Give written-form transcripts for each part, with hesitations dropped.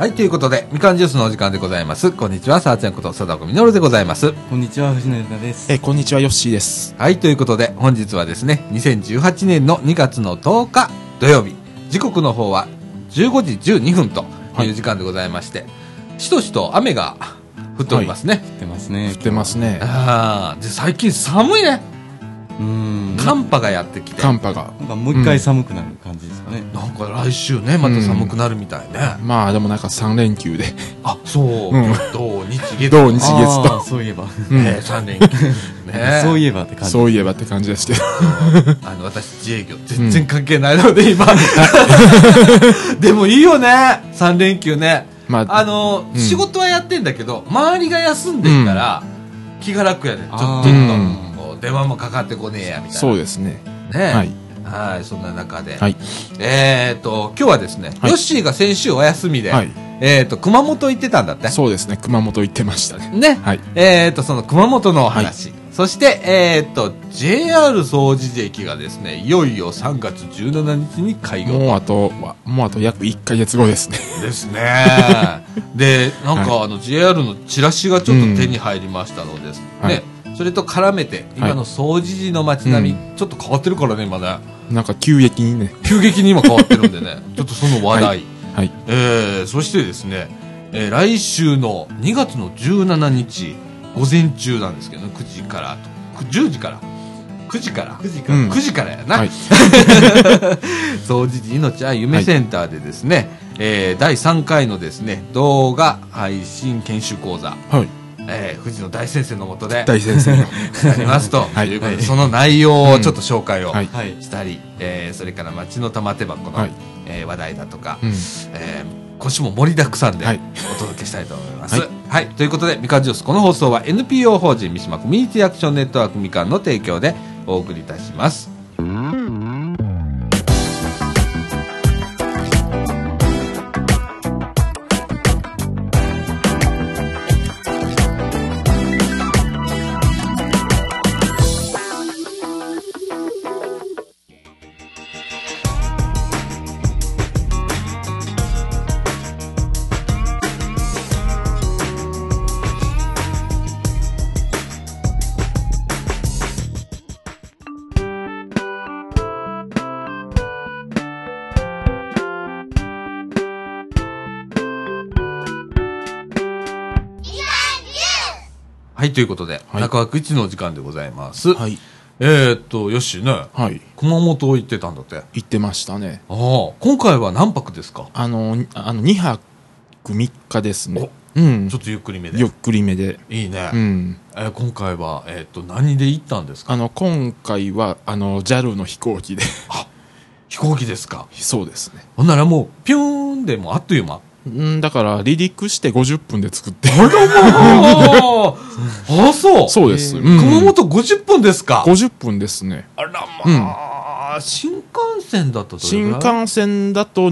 はい、ということで、みかんジュースのお時間でございます。こんにちは、さあちゃんこと佐田子みのるでございます。 こんにちは、藤野裕太です。 こんにちは、ヨッシーです。 はい、ということで、本日はですね、2018年の2月の10日土曜日、時刻の方は15時12分という時間でございまして、しとしと雨が降っておりますね。 降ってますね。 降ってますね。 ああ、で、最近寒いね。寒波がやってきて。 寒波が。 なんかもう一回寒くなる感じですかね。 なんか来週ね、また寒くなるみたいね。 まあでもなんか3連休で。 あ、そう。土日月。 土日月と。 そういえば。 3連休。ね。 そういえばって感じ。 そういえばって感じですけど。 私自営業全然関係ないので今。でもいいよね。3連休ね。まあ、仕事はやってんだけど、周りが休んでるから、気が楽やね。ちょっと。電話もかかってこねえやみたいな。 そうですね。 ね。はい、そんな中で。 はい。 今日はですね、ヨッシーが先週お休みで、熊本行ってたんだって。 そうですね、熊本行ってましたね。 ね。 はい。 その熊本のお話。そして、JR 総除寺駅がですね、いよいよ3月17日に開業。 もうあと約1ヶ月後ですね。 ですね。で、なんかJR のチラシがちょっと手に入りましたので、ね。それと絡めて、今の総除寺の街並み、ちょっと変わってるからね、今ね。 なんか急激にね。 急激に今変わってるんでね、ちょっとその話題。 はい。 そしてですね、来週の2月の17日、午前中なんですけど、9時からと、10時から、9時からやな。総除寺命愛夢センターでですね、第3回のですね、動画配信研修講座。はい。藤野大先生のもとで大先生やりますということで、その内容をちょっと紹介をしたり、それから町の玉手箱の話題だとか、今週も盛りだくさんでお届けしたいと思います。はい、ということでみかんジュース、この放送は NPO 法人三島コミュニティアクションネットワークみかんの提供でお送りいたします。はい、ということで、中枠一のお時間でございます。はい。よしね。はい。熊本行ってたんだって。 行ってましたね。 ああ、今回は何泊ですか ？2泊3日ですね。 ちょっとゆっくりめで。 ゆっくりめで。 いいね。今回は、何で行ったんですか？ 今回は、JAL の飛行機で。 あ、飛行機ですか？ そうですね。 ほんならもう、ピューンでもあっという間。 だから離陸して50分で作って。 あらまあそう。 そうです。 熊本50分ですか ？50分ですね。 あらまあ、新幹線だと新幹線だと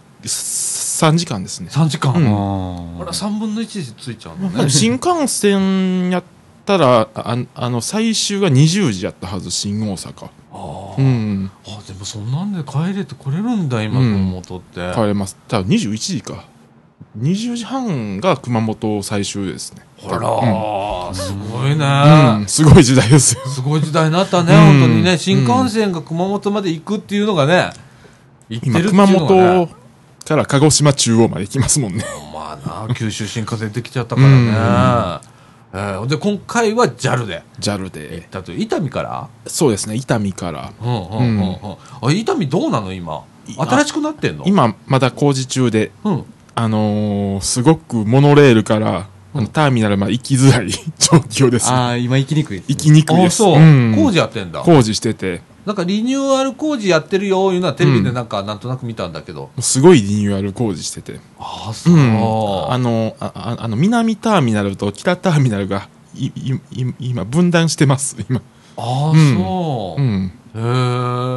3時間ですね。 3時間。あら、3分の1で着いちゃうのね。 新幹線やったら、最終が20時やったはず、新大阪。 でもそんなんで帰れてこれるんだ、今、熊本って。 帰れます。多分21時か。20時半が熊本最終ですね。 ほら、すごいね。 すごい時代ですよ。 すごい時代になったね、本当にね。新幹線が熊本まで行くっていうのがね、 今、熊本から鹿児島中央まで行きますもんね。 まあな、九州新幹線できちゃったからね。で、今回は JAL で。 JAL で。 行ったという。伊丹から？ そうですね、伊丹から。 伊丹どうなの今？新しくなってんの？ 今、まだ工事中で。すごくモノレールから、ターミナルまで行きづらい状況です。 今行きにくいです。 行きにくいです。 そう。工事やってんだ。 工事してて。 なんかリニューアル工事やってるよいうのはテレビでなんとなく見たんだけど。 すごいリニューアル工事してて。 そう。 南ターミナルと北ターミナルが、今、分断してます、今。 そう。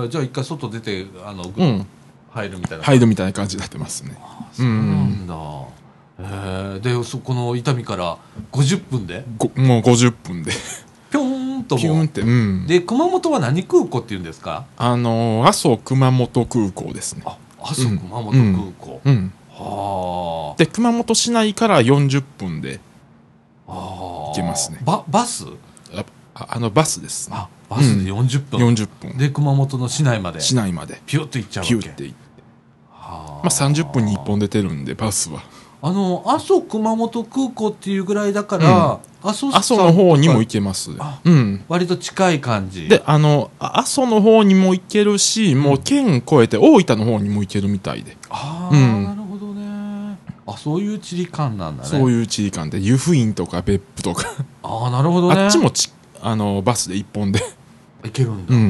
じゃあ一回外出て、入るみたいな。 入るみたいな感じになってますね。 そうなんだ。で、この伊丹から50分でもう50分で。 ぴょーんとも。 ピューンって。 で、熊本は何空港って言うんですか？ 阿蘇熊本空港ですね。 阿蘇熊本空港。はで熊本市内から40分で行けますね。 バスバスですね。 バスで40分、 40分で熊本の市内まで市内までピュッと行っちゃうわけ。 ピュッて行って、30分に1本出てるんでバスは阿蘇熊本空港っていうぐらいだから、阿蘇の方にも行けます。 割と近い感じで、阿蘇の方にも行けるし、もう県越えて大分の方にも行けるみたいで。 なるほどね。そういう地理感なんだね。 そういう地理感で、湯布院とか別府とかなるほどね。 あっちもバスで1本で行けるんだ。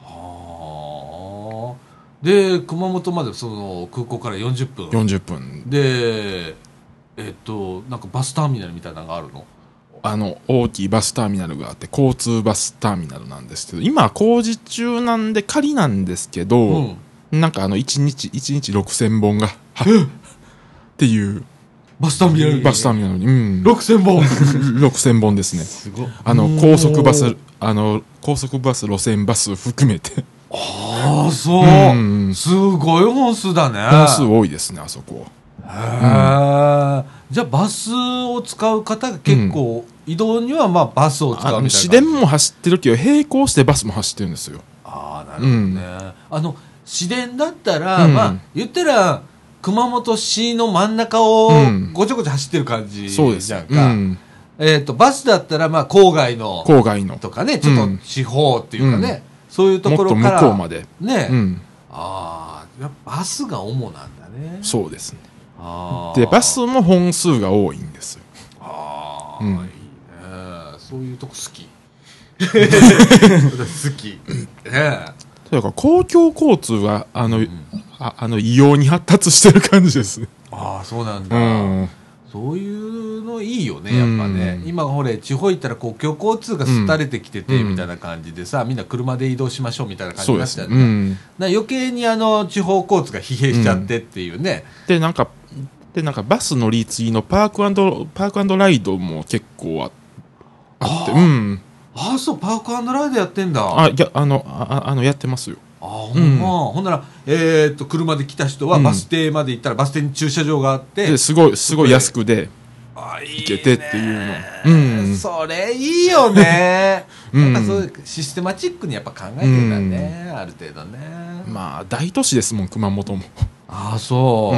で熊本までその空港から40分でなんかバスターミナルみたいなのがあるの？ 大きいバスターミナルがあって交通バスターミナルなんですけど、今工事中なんで仮なんですけど、なんか1日6000本がっていうバスターミナルに6000本 6000本ですね。 すごい。 高速バス路線バス含めてそう、すごい本数だね。 本数多いですね、あそこ。 じゃあバスを使う方が結構、移動にはまあバスを使うみたいな感じ。 市電も走ってるけど並行してバスも走ってるんですよ。 なるほどね。市電だったら、まあ言ったら熊本市の真ん中をごちょごちょ走ってる感じじゃんか。バスだったらまあ郊外のとかね、ちょっと地方っていうかね、そういうところからもっと向こうまでね、やっぱバスが主なんだね。 そうですね。でバスも本数が多いんですよ。 いいね。そういうとこ好き。好き。 というか公共交通は異様に発達してる感じです。 そうなんだ。そういうのいいよね、やっぱね。今ほれ地方行ったら公共交通が廃れてきててみたいな感じでさ、みんな車で移動しましょうみたいな感じになっちゃうね。余計に地方交通が疲弊しちゃってっていうね。 でなんかバス乗り継ぎのパーク&ライドも結構あって、 そう、パーク&ライドやってんだ。 やってますよ。 ほんなら車で来た人はバス停まで行ったらバス停に駐車場があってすごい安くで行けてっていうの。 それいいよね。なんかそういうシステマチックにやっぱ考えてるんだね、ある程度ね。 まあ大都市ですもん、熊本も。 そう。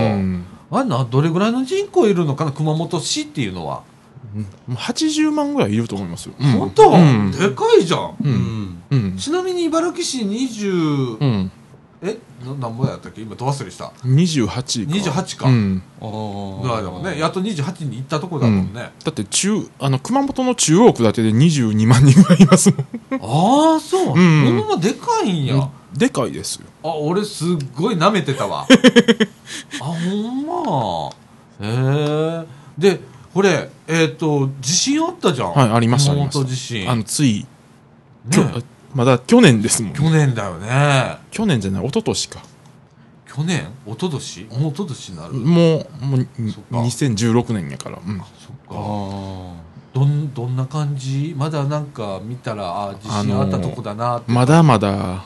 どれぐらいの人口いるのかな、熊本市っていうのは。 80万ぐらいいると思いますよ。 本当？でかいじゃん。ちなみに茨城市20何ぼやったっけ、今ど忘れした。28かぐらいだもんね。やっと28に行ったとこだもんね。 だって熊本の中央区だけで22万人ぐらいいますもん。 そう。このままでかいんや。 でかいですよ。 俺すっごい舐めてたわ。ほんま。でこれ地震あったじゃん。 ありました。 熊本地震。 ついまだ去年ですもん。 去年だよね。 去年じゃない、一昨年か。 去年？一昨年？もう一昨年になる。 もう2016年やから。 そっか。どんな感じ？まだなんか見たら地震あったとこだなって。 まだまだ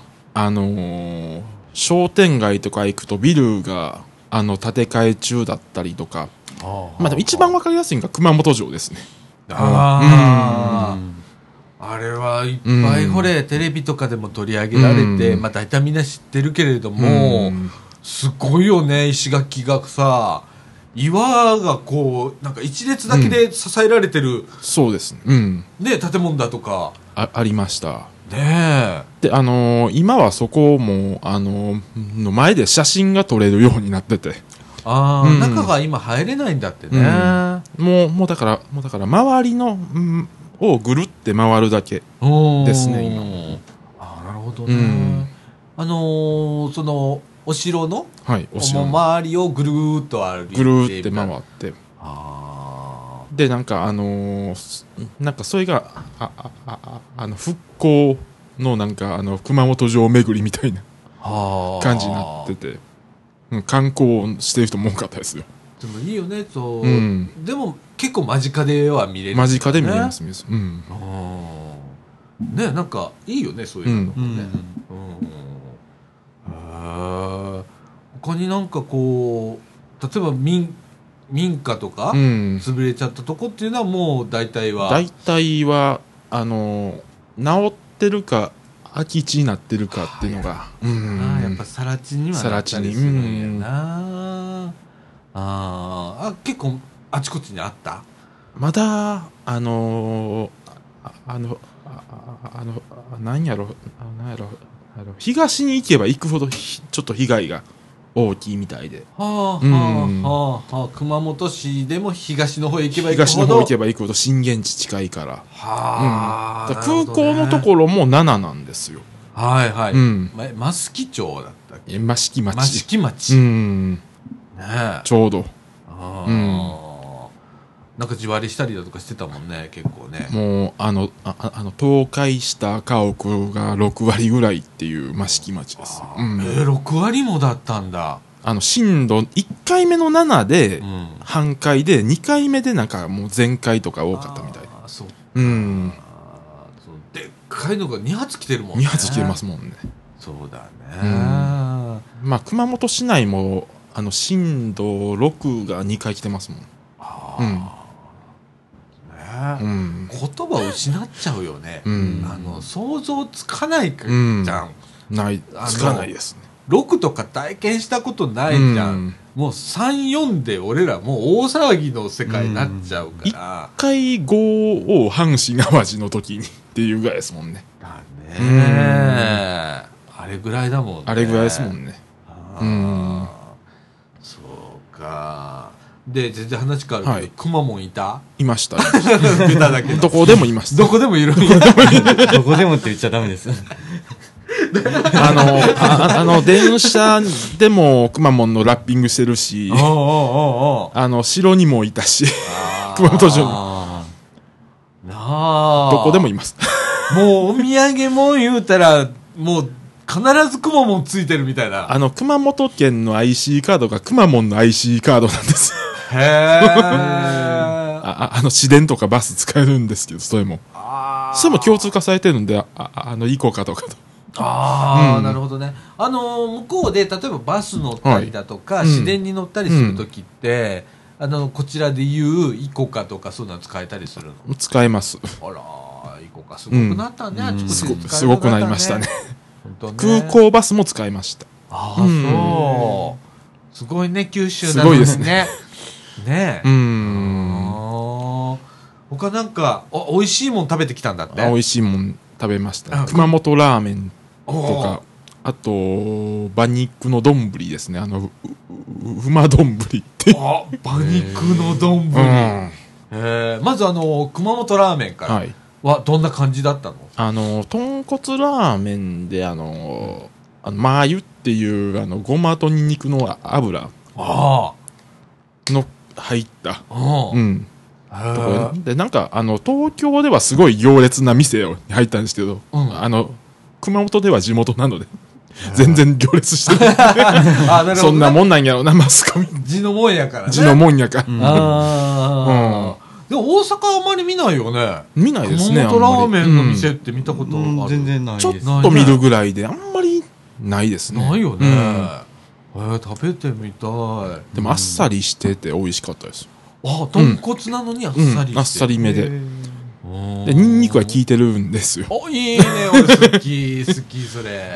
商店街とか行くとビルが建て替え中だったりとか。でも一番わかりやすいのが熊本城ですね。 あれはいっぱいテレビとかでも取り上げられて、大体みんな知ってるけれども、すごいよね。石垣がさ、岩がこうなんか一列だけで支えられてる、 そうですね。 建物だとかありましたね。 で今はそこもの前で写真が撮れるようになってて、 中が今入れないんだってね。 もうだから周りの、をぐるって回るだけですね今。 なるほどね。そのお城の周りをぐるーっと歩いてぐるーって回って、でなんかそれが復興のなんか熊本城巡りみたいな感じになってて、観光してる人も多かったですよ。 でもいいよね。でも結構間近では見れる、 間近で見れます。 なんかいいよね、そういうのもね。他になんかこう例えば民家とか、潰れちゃったとこっていうのはもう大体は治ってるか空き地になってるかっていうのが、 やっぱ更地にはなったりするんやな。結構あちこちにあった。 まだなんやろ東に行けば行くほどちょっと被害が大きいみたいで、 熊本市でも東の方へ行けば行くほど、 東の方行けば行くほど震源地近いから、空港のところも7なんですよ。 はいはい。増木町だったっけ？ 益城町。 益城町。 ねえ。ちょうど。 なんか地割りしたりだとかしてたもんね、結構ね。 もう倒壊した家屋が6割ぐらいっていう益城町です。 6割もだったんだ。 震度1回目の7で半壊で、2回目でなんかもう全壊とか多かったみたいで。 そう。でっかいのが2発来てるもんね。 2発来てますもんね。 そうだね。 まあ熊本市内も震度6が2回来てますもん。 言葉を失っちゃうよね。想像つかないじゃん。 つかないですね。 6とか体験したことないじゃん。もう3、4で俺らもう大騒ぎの世界になっちゃうから。 1回5を阪神淡路の時にっていうぐらいですもんね。 だね。あれぐらいだもんね。 あれぐらいですもんね。 そうか。で、全然話変わるけど、くまモンいました。 ベタだけど。 どこでもいました。 どこでもいる。 どこでもって言っちゃダメです。 電車でもくまモンのラッピングしてるし、城にもいたし、熊本城に。どこでもいます。 もうお土産も言うたら、もう必ずくまモンついてるみたいな。 熊本県の IC カードがくまモンの IC カードなんです。 へー。市電とかバス使えるんですけど、それも共通化されてるんで、イコカとかと。 なるほどね。向こうで、例えばバス乗ったりだとか、市電に乗ったりするときって、こちらで言うイコカとかそういうの使えたりするの？ 使えます。 あら、イコカすごくなったね、あちこちで使えるようになったね。 すごくなりましたね。空港バスも使いました。 そう。すごいね、九州なのにね。すごいですね。 ねえ。他なんか、美味しいもん食べてきたんだって。 美味しいもん食べました。熊本ラーメンとか、あと、馬肉の丼ですね。馬丼って。 馬肉の丼。まず熊本ラーメンからはどんな感じだったの？ 豚骨ラーメンで、マー油っていうごまとニンニクの油の入ったところで、なんか東京ではすごい行列な店に入ったんですけど、熊本では地元なので全然行列してる。そんなもんなんやろな、マスコミ。 地のもんやからね。 地のもんやから。 でも大阪あんまり見ないよね。 見ないですね。 熊本ラーメンの店って見たことある？ 全然ないです。 ちょっと見るぐらいであんまりないですね。 ないよね。食べてみたい。 でもあっさりしてて美味しかったです。 豚骨なのにあっさりして。 あっさりめで。ニンニクは効いてるんですよ。 いいね、俺好き、それ。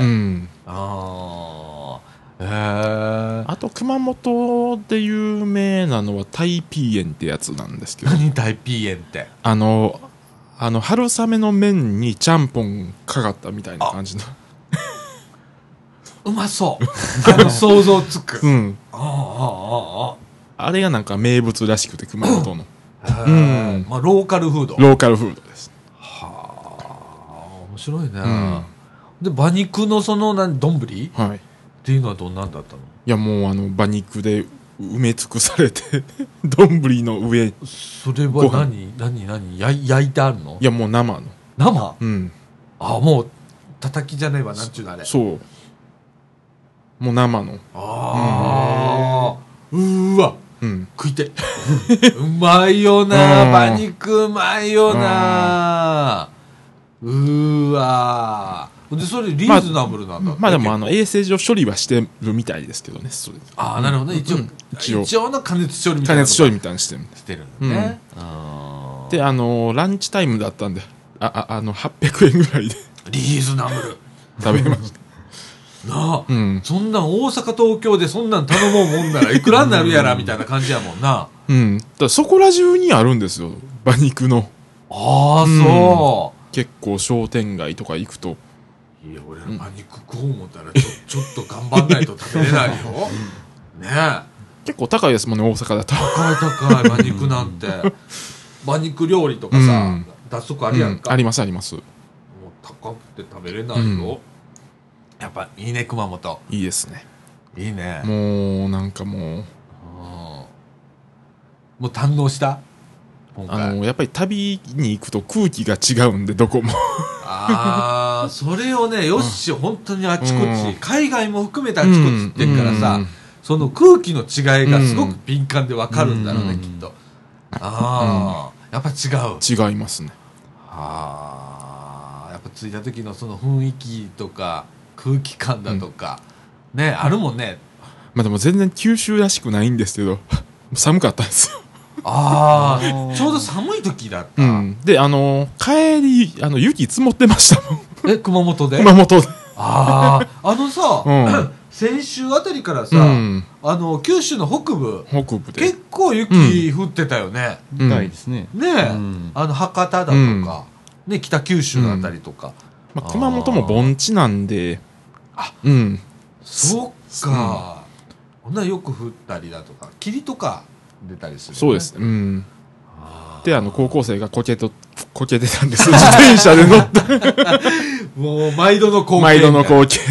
あと熊本で有名なのはタイピーエンってやつなんですけど。 何タイピーエンって？ 春雨の麺にちゃんぽんかかったみたいな感じの。 うまそう。想像つく。 あれがなんか名物らしくて、熊本の。 まあローカルフード。 ローカルフードです。 面白いね。で、馬肉の丼っていうのはどんなんだったの？ いや、もう馬肉で埋め尽くされて丼の上。 それは何焼いてあるの？ いや、もう生の。 生？もう叩きじゃねえわ、なんちゅうのあれ。 そう。もう生の。 わ。食いて。うまいよな、馬肉うまいよな。わ。 で、それリーズナブルなんだって。 まあでも衛生上処理はしてるみたいですけどね。それああ、なるほどね。一応の加熱処理みたいな。 加熱処理みたいにしてる。 してるんだね。 で、ランチタイムだったんで、800円ぐらいでリーズナブル。 食べました。 なあ、そんなん大阪東京でそんなん頼もうもんならいくらになるやらみたいな感じやもんな。 だからそこら中にあるんですよ、馬肉の。 ああ、そう。 結構商店街とか行くと。 いや、俺馬肉食おう思ったらちょっと頑張んないと食べれないよ。ねえ。 結構高いですもんね、大阪だと。 高い馬肉なんて。馬肉料理とかさ、出すとこあるやんか。 ありますあります。 もう高くて食べれないよ。やっぱいいね、熊本。 いいですね。 いいね。 もうなんかもう堪能したやっぱり旅に行くと空気が違うんで、どこも。 ああ、それをね、よし、本当にあちこち、海外も含めてあちこち行ってるからさ、その空気の違いがすごく敏感でわかるんだろうね、きっと。ああ、やっぱ違う。 違いますね。 ああ、やっぱ着いた時のその雰囲気とか空気感だとか、ね、あるもんね。 まあでも全然九州らしくないんですけど、寒かったんですよ。 ああ、ちょうど寒い時だった。 で、帰り、雪積もってましたもん。 熊本で熊本で。 ああ、さ、先週あたりからさ、九州の北部で結構雪降ってたよね。 みたいですね。 ねえ、博多だとか、ね、北九州のあたりとか。 熊本も盆地なんで、 そっか。ほんならよく降ったりだとか、霧とか出たりする。 そうです。で、高校生がこけてたんです。自転車で乗って。 もう、毎度の光景。 毎度の光景。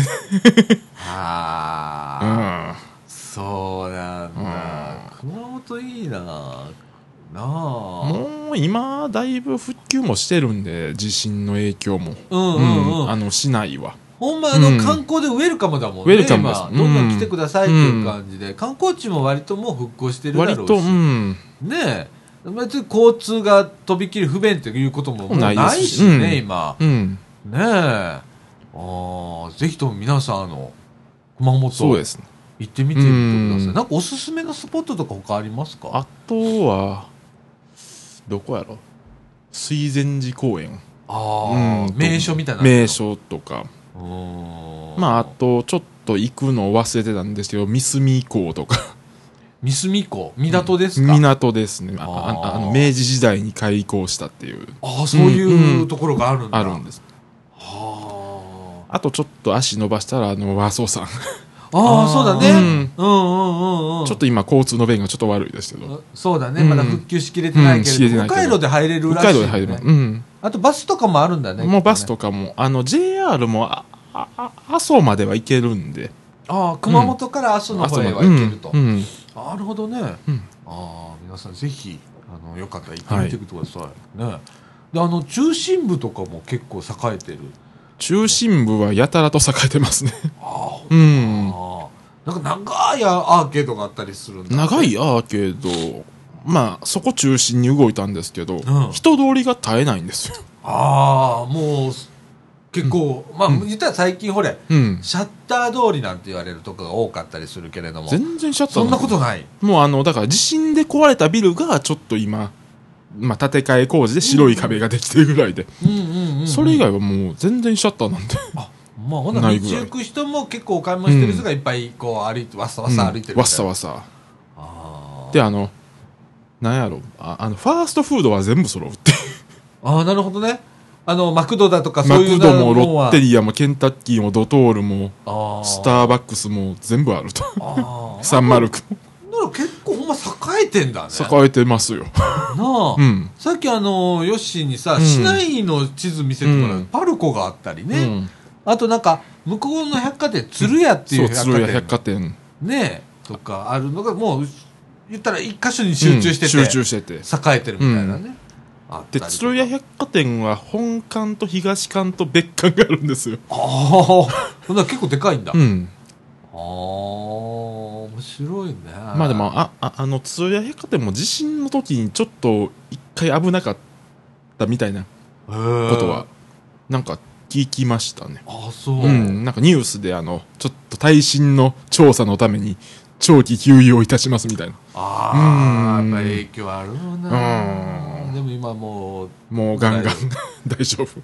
ああ、そうなんだ。熊本いいな。なあ。 もう今、だいぶ復旧もしてるんで、地震の影響も。市内は。 ほんま観光でウェルカムだもんね。 ウェルカムです。 どんどん来てくださいっていう感じで、観光地も割ともう復興してるだろうし。割と、ねえ。別に交通がとびきり不便っていうことももうないしね、今。ねえ。ぜひとも皆さん、熊本、 そうですね。 行ってみてみてください。なんかおすすめのスポットとか他ありますか？ あとは、どこやろ？水前寺公園。 名所みたいな。 名所とか。あと、ちょっと行くのを忘れてたんですけど、三隅港とか。 三隅港？港ですか？ 港ですね。明治時代に開港したっていう。 そういうところがあるんだ。 あるんです。あとちょっと足伸ばしたら、和装さん。 そうだね。ちょっと今、交通の便がちょっと悪いですけど。 そうだね。まだ復旧しきれてないけれど、北海道で入れるらしい。 北海道で入れます。 あとバスとかもあるんだね。 もうバスとかも、JR も、阿蘇までは行けるんで。 熊本から阿蘇の方へは行けると。なるほどね。皆さんぜひ、よかったら行ってみてください。ね。で、中心部とかも結構栄えてる。 中心部はやたらと栄えてますね。 なんか長いアーケードがあったりするんだ。 長いアーケード、そこ中心に動いたんですけど、人通りが絶えないんですよ。 もう、結構、言ったら最近シャッター通りなんて言われるとこが多かったりするけれども。 全然シャッターそんなことない。 もうだから地震で壊れたビルがちょっと今、建て替え工事で白い壁ができてるぐらいで。それ以外はもう全然シャッターなんで。 ほな道行く人も結構お買い物してる人がいっぱいこう歩いて、わっさわさ歩いてる。 わっさわさ。で、なんやろ、ファーストフードは全部揃うって。 なるほどね。マクドだとかそういうマクドもロッテリアもケンタッキーもドトールもスターバックスも全部あると。サンマルクも。 結構ほんま栄えてんだね。 栄えてますよ。 さっきヨッシーにさ、市内の地図見せてもらうパルコがあったりね。あとなんか、向こうの百貨店、鶴屋っていう百貨店。 ねとかあるのが、もう、言ったら一箇所に集中してて。栄えてるみたいなね。 で、鶴屋百貨店は本館と東館と別館があるんですよ。 ほんなら結構でかいんだ。面白いね。 でも、鶴屋百貨店も地震の時にちょっと一回危なかったみたいなことは、なんか聞きましたね。 あ、そう。 うん、なんかニュースでちょっと耐震の調査のために長期休業いたしますみたいな。 ああ、やっぱ影響あるな。でも今もうガンガン大丈夫。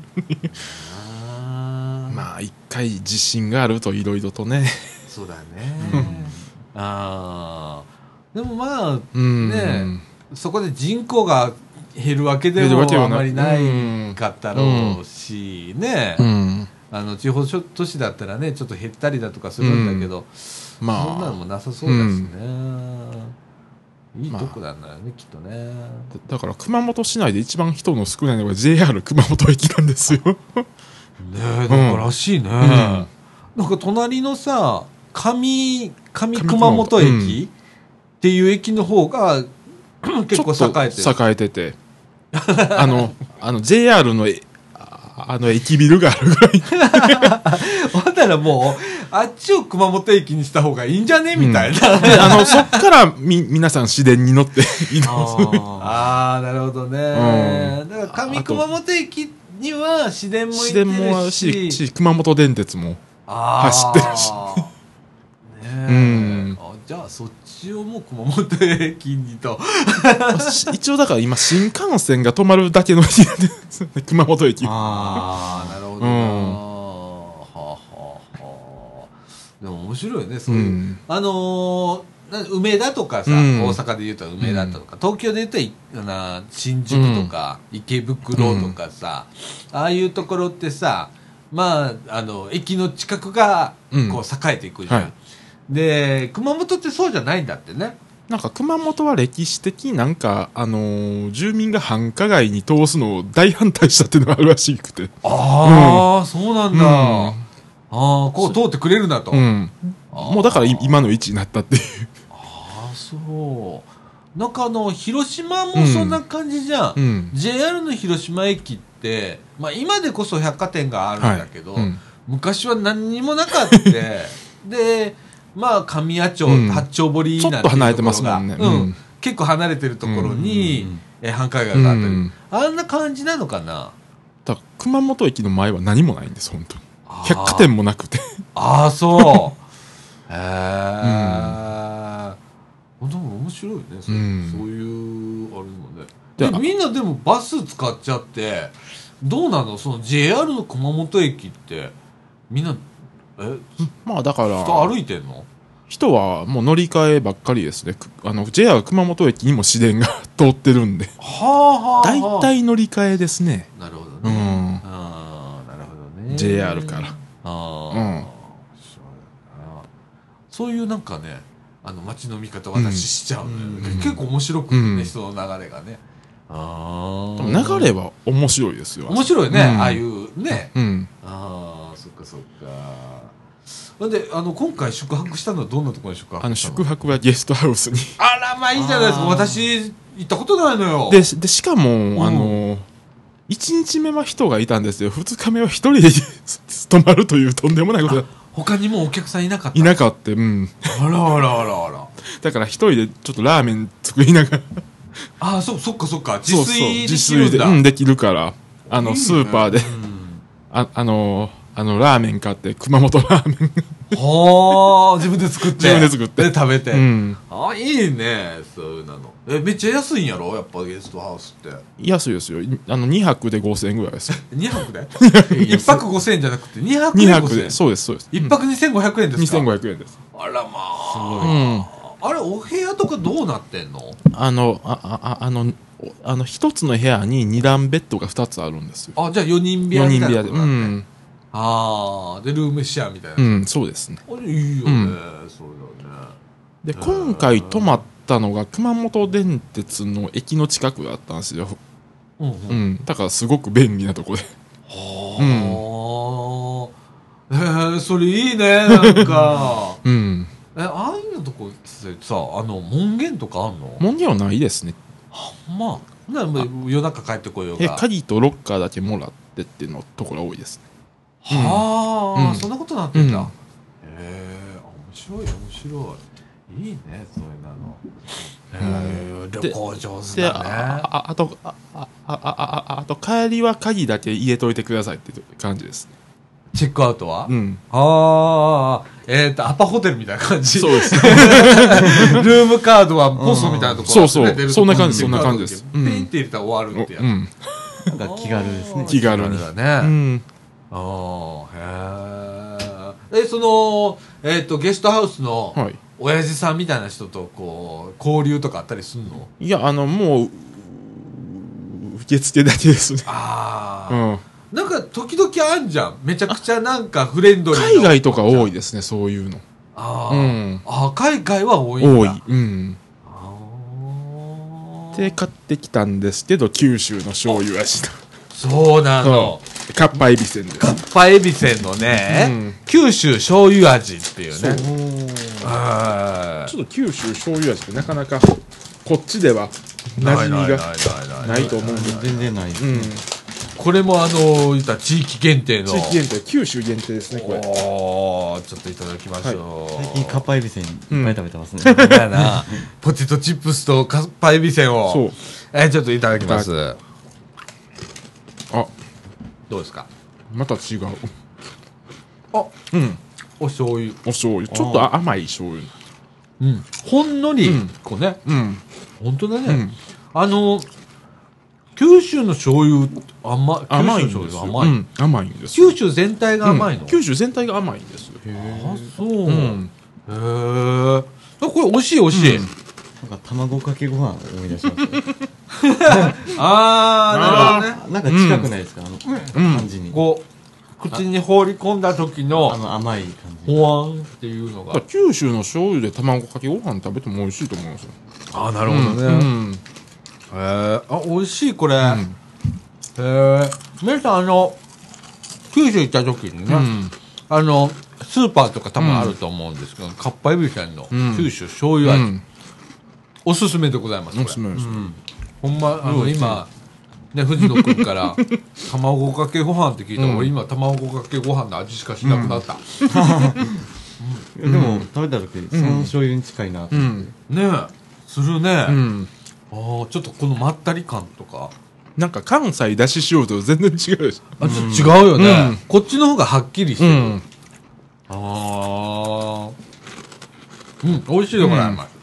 あ、 まあ一回地震があるといろいろとね。 そうだね。ああ、でもまあね、そこで人口が減るわけでもあまりないかったろうしね。地方都市だったらねちょっと減ったりだとかするんだけど、まあそんなのもなさそうだしね。いいとこなんだよね、きっとね。 だから熊本市内で一番人の少ないのが JR 熊本駅なんですよ。ねえ、だからしいね。なんか隣のさ上熊本駅っていう駅の方が結構栄えててJR の駅ビルがあるぐらい。 ほんならもうあっちを熊本駅にした方がいいんじゃねみたいな。 そっから皆さん市電に乗って移動する。 ああ、なるほどね。だから上熊本駅には市電も行ってるし、 熊本電鉄も走ってるし。 じゃあそっちをもう熊本駅にと。 一応だから今新幹線が止まるだけの駅なんですね、熊本駅。 ああ、なるほどな。はあはあ。でも面白いね、そういう。梅田とかさ、大阪で言うと梅田とか、東京で言うと新宿とか、池袋とかさ、ああいうところってさ、まあ駅の近くがこう栄えていくじゃん。で熊本ってそうじゃないんだってね。 なんか熊本は歴史的になんか住民が繁華街に通すのを大反対したっていうのがあるらしくて。 ああ、そうなんだ。ああ、こう通ってくれるなと。 もうだから今の位置になったっていう。 ああ、そう。なんか広島もそんな感じじゃん。JR の広島駅って、まあ今でこそ百貨店があるんだけど、昔は何にもなかった。で、まあ神谷町、八丁堀なんていうところがちょっと離れてますもんね。結構離れてるところに繁華街があったり、あんな感じなのかな。 だから熊本駅の前は何もないんです、本当に。百貨店もなくて。 ああ、そう。へえ。でも面白いね、そういうあれもね。でみんなでもバス使っちゃってどうなの、その JR の熊本駅ってみんなまあだから人歩いてんの？ 人はもう乗り換えばっかりですね。JR 熊本駅にも市電が通ってるんで、大体乗り換えですね。 なるほどね。なるほどね。 JR からそういうなんかね街の見方私しちゃうのよ、結構面白くね、人の流れがね。 流れは面白いですよ。 面白いね、ああいうね。ああ、そっかそっか。で今回宿泊したのはどんなところに宿泊したの？ 宿泊はゲストハウスに。 あら、まあいいじゃないですか。私行ったことないのよ。 でしかも1日目は人がいたんですよ。2日目は1人で泊まるというとんでもないことだ。 他にもお客さんいなかった？ いなかった。あらあらあらあら。 だから1人でちょっとラーメン作りながら。 ああ、そっかそっか。自炊できるんだ。 できるから、スーパーで、ラーメン買って、熊本ラーメン。 はあ、自分で作って。で食べて。ああ、いいね、そういうの。めっちゃ安いんやろやっぱゲストハウスって。 安いですよ。2泊で5000円ぐらいです。 2泊で ?1 泊5000円じゃなくて2泊で5000円。 そうです、そうです。 1泊2500円ですか？ 2500円です。 あらまあ。あれ、お部屋とかどうなってんの？ 一つの部屋に2段ベッドが2つあるんですよ。 あ、じゃあ4人部屋みたいなことなんで。 ああ、で、ルームシェアみたいな。 そうですね。 あれ、いいよね。そうだね。 で、今回泊まったのが熊本電鉄の駅の近くだったんですよ。だからすごく便利なとこで。 それいいね、なんか。ああいうのとこってさ、門限とかあんの？ 門限はないですね。 まあ、夜中帰ってこようが。 鍵とロッカーだけもらってっていうのところが多いですね。 はあ、そんなことなってんだ。へえ、面白い。いいね、そういうの。旅行上手だね。 あとあと帰りは鍵だけ入れといてくださいって感じです。 チェックアウトは、 うん。 アパホテルみたいな感じ。 そうです。 ルームカードはポストみたいなところ、 そうそう。そんな感じ、そんな感じです。 ペンって入れたら終わるってやつ。 うん。 なんか気軽ですね。 気軽に。 だね。 うん。 へえ。その、ゲストハウスの、 はい。 親父さんみたいな人と、こう、交流とかあったりすんの？ いや、もう、受付だけですね。 ああ。 うん。 なんか、時々あんじゃん。めちゃくちゃなんかフレンドリーな。 海外とか多いですね、そういうの。 ああ。 うん。 海外は多いんだ。 多い。うん。で、買ってきたんですけど、九州の醤油味の。 そうなの。 かっぱえびせんです。 かっぱえびせんのね、九州醤油味っていうね。 ちょっと九州醤油味ってなかなかこっちでは馴染みがないと思うんで。 全然ないです。 これも言った地域限定の。 地域限定、九州限定ですね、これ。 ちょっといただきましょう。 最近かっぱえびせんいっぱい食べてますね。 だな。ポテトチップスとかっぱえびせんを。 そう。 ちょっといただきます。どうですか？ また違う。 うん。お醤油。 お醤油。ちょっと甘い醤油。 うん。ほんのり、こうね。 うん。 本当だね。九州の醤油、 甘いんですよ。甘いんです。 九州全体が甘いの？ 九州全体が甘いんです。 そう。へえ。これ美味しい美味しい。 なんか卵かけご飯思い出しますね。 なるほどね。 なんか近くないですか、感じに。 こう、口に放り込んだ時の、 甘い感じ。 ほわんっていうのが。 九州の醤油で卵かけご飯食べても美味しいと思いますよ。 なるほどね。美味しい、これ。皆さん、九州行った時にね、スーパーとか多分あると思うんですけど、かっぱえびせんの九州醤油味。おすすめでございます。 おすすめです。 ほんま、今、ね、藤野君から、卵かけご飯って聞いたら、俺今、卵かけご飯の味しかしなくなった。 でも、食べた時、その醤油に近いなって。ねえ、するね。ちょっとこのまったり感とか。 なんか関西だし塩と全然違うし。 ちょっと違うよね。こっちの方がはっきりしてる。美味しいでございます。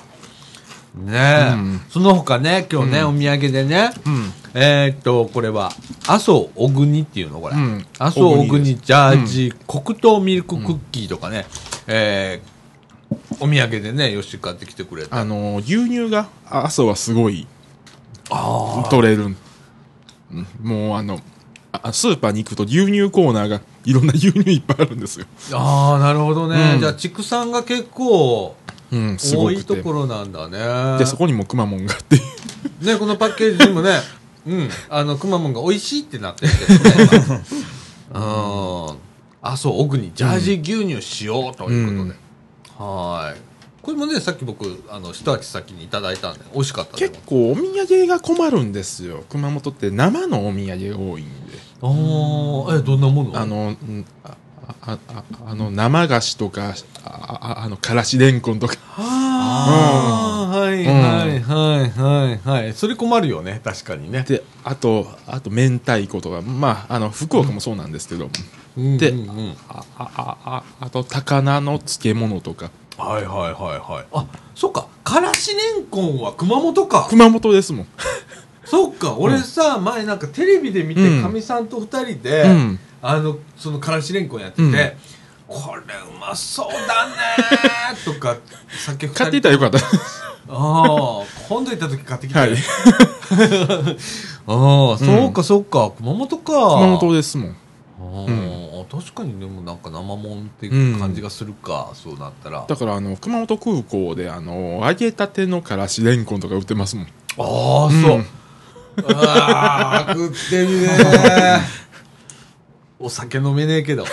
ねえ、その他ね、今日ね、お土産でね、これは、麻生小国っていうの、これ。麻生小国ジャージ黒糖ミルククッキーとかね、お土産でね、よし買ってきてくれた。 牛乳が、麻生はすごい、取れる。もうスーパーに行くと牛乳コーナーがいろんな牛乳いっぱいあるんですよ。 なるほどね。じゃあ、畜産が結構、多いところなんだね。 で、そこにもくまモンがっていう。 ね、このパッケージにもね、くまモンが美味しいってなってるけどね。奥にジャージー牛乳しようということで。これもね、さっき僕、一足先にいただいたんで、美味しかった。 結構お土産が困るんですよ。熊本って生のお土産が多いんで。 どんなもの？ 生菓子とか、からしれんこんとか。 それ困るよね、確かにね。 で、あと、明太子とか、福岡もそうなんですけど。で、あと、高菜の漬物とか。 そっか、からしれんこんは熊本か。 熊本ですもん。 そっか、俺さ、前なんかテレビで見て、かみさんと二人で、そのからしれんこんやってて、これうまそうだねーとか、酒買っていたらよかった。 今度行った時買ってきたよ。そうか、そうか、熊本か。 熊本ですもん。 確かにでもなんか生もんっていう感じがするか、そうなったら。 だから熊本空港で揚げたてのからしれんこんとか売ってますもん。 そう。食ってみねー。お酒飲めねえけど。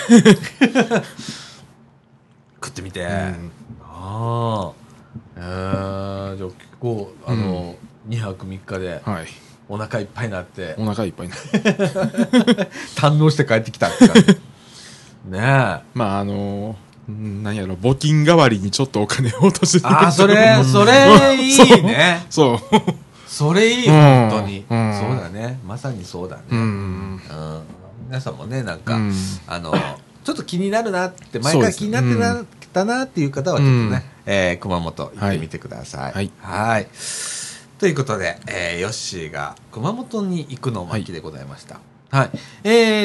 食ってみて。じゃあ結構2泊3日でお腹いっぱいになって。 お腹いっぱいになって。 堪能して帰ってきたって感じ。ねえ。 何やろ、募金代わりにちょっとお金を落としてそれいいね。 そう。 それいい、本当に。そうだね。まさにそうだね。皆さんもね、なんか、ちょっと気になるなって、前から気になってたなっていう方は、ちょっとね、熊本行ってみてください。はい。ということで、ヨッシーが熊本に行くの巻きでございました。はい。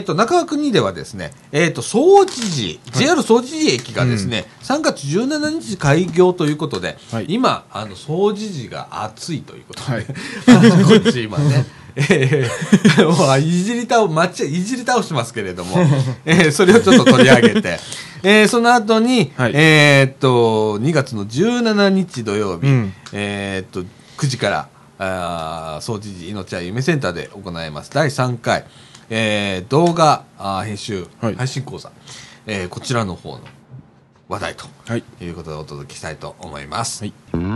中川国ではですね、総持寺、JR 総持寺駅がですね、3月17日開業ということで、今、総持寺が熱いということで、こっち今ね、もういじり倒してますけれども、それをちょっと取り上げて、その後に、2月の17日土曜日、9時から総持寺命は夢センターで行います第3回、動画編集配信講座、こちらの方の話題ということでお届けしたいと思います。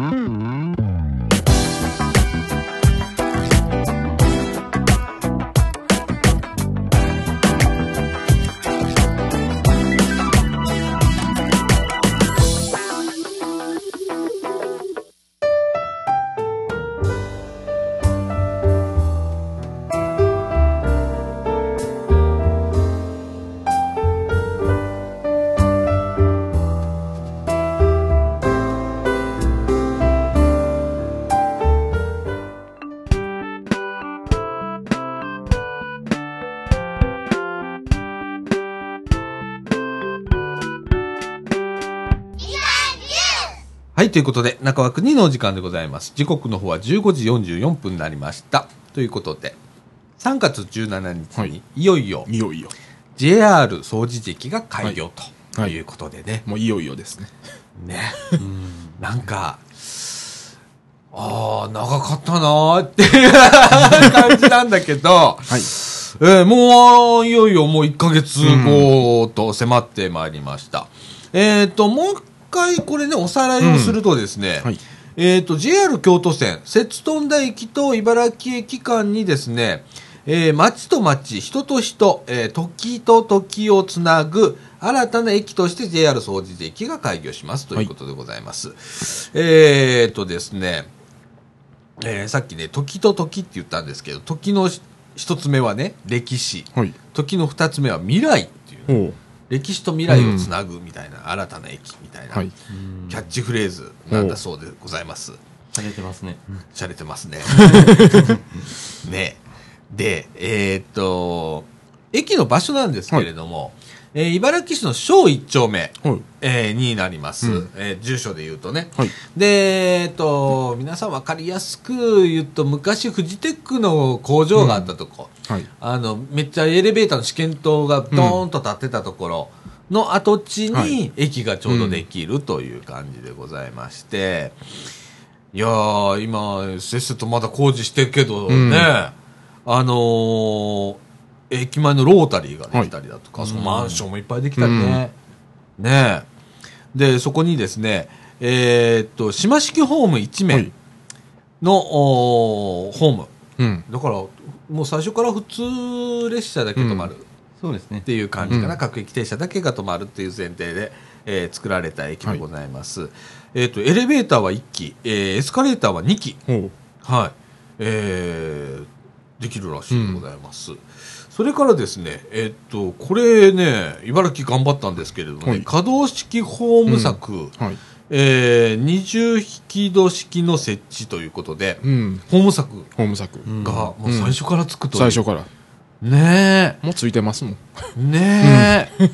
はい、ということで、中枠2のお時間でございます。時刻の方は15時44分になりました。ということで、3月17日に、いよいよ、JR 総持寺駅が開業ということでね。 もういよいよですね。 ね。なんか、長かったなーっていう感じなんだけど、もう、いよいよもう1ヶ月後と迫ってまいりました。もう一回これね、おさらいをするとですね、JR 京都線、摂津田駅と茨城駅間にですね、町と町、人と人、時と時をつなぐ新たな駅として JR 総持寺駅が開業しますということでございます。ですね、さっきね、時と時って言ったんですけど、時の一つ目はね、歴史、時の二つ目は未来っていう。歴史と未来をつなぐみたいな、新たな駅みたいな、キャッチフレーズなんだそうでございます。 しゃれてますね。 しゃれてますね。ね。で、駅の場所なんですけれども、茨城市の小1丁目、になります。住所で言うとね。で、皆さん分かりやすく言うと、昔フジテックの工場があったとこ、めっちゃエレベーターの試験棟がドーンと立ってたところの跡地に駅がちょうどできるという感じでございまして、いやー、今、せっせとまだ工事してるけどね、駅前のロータリーができたりだとか、そのマンションもいっぱいできたりね。ねえ。で、そこにですね、島式ホーム1面の、ホーム。だから、もう最初から普通列車だけ止まる。 そうですね。 っていう感じかな。各駅停車だけが止まるっていう前提で、作られた駅でございます。エレベーターは1機、エスカレーターは2機。できるらしいでございます。それからですね、これね、茨城頑張ったんですけれどもね、可動式ホーム柵、二重引き戸式の設置ということで、ホーム柵がもう最初からつくという。 最初から。 ねえ。 もうついてますもん。 ねえ。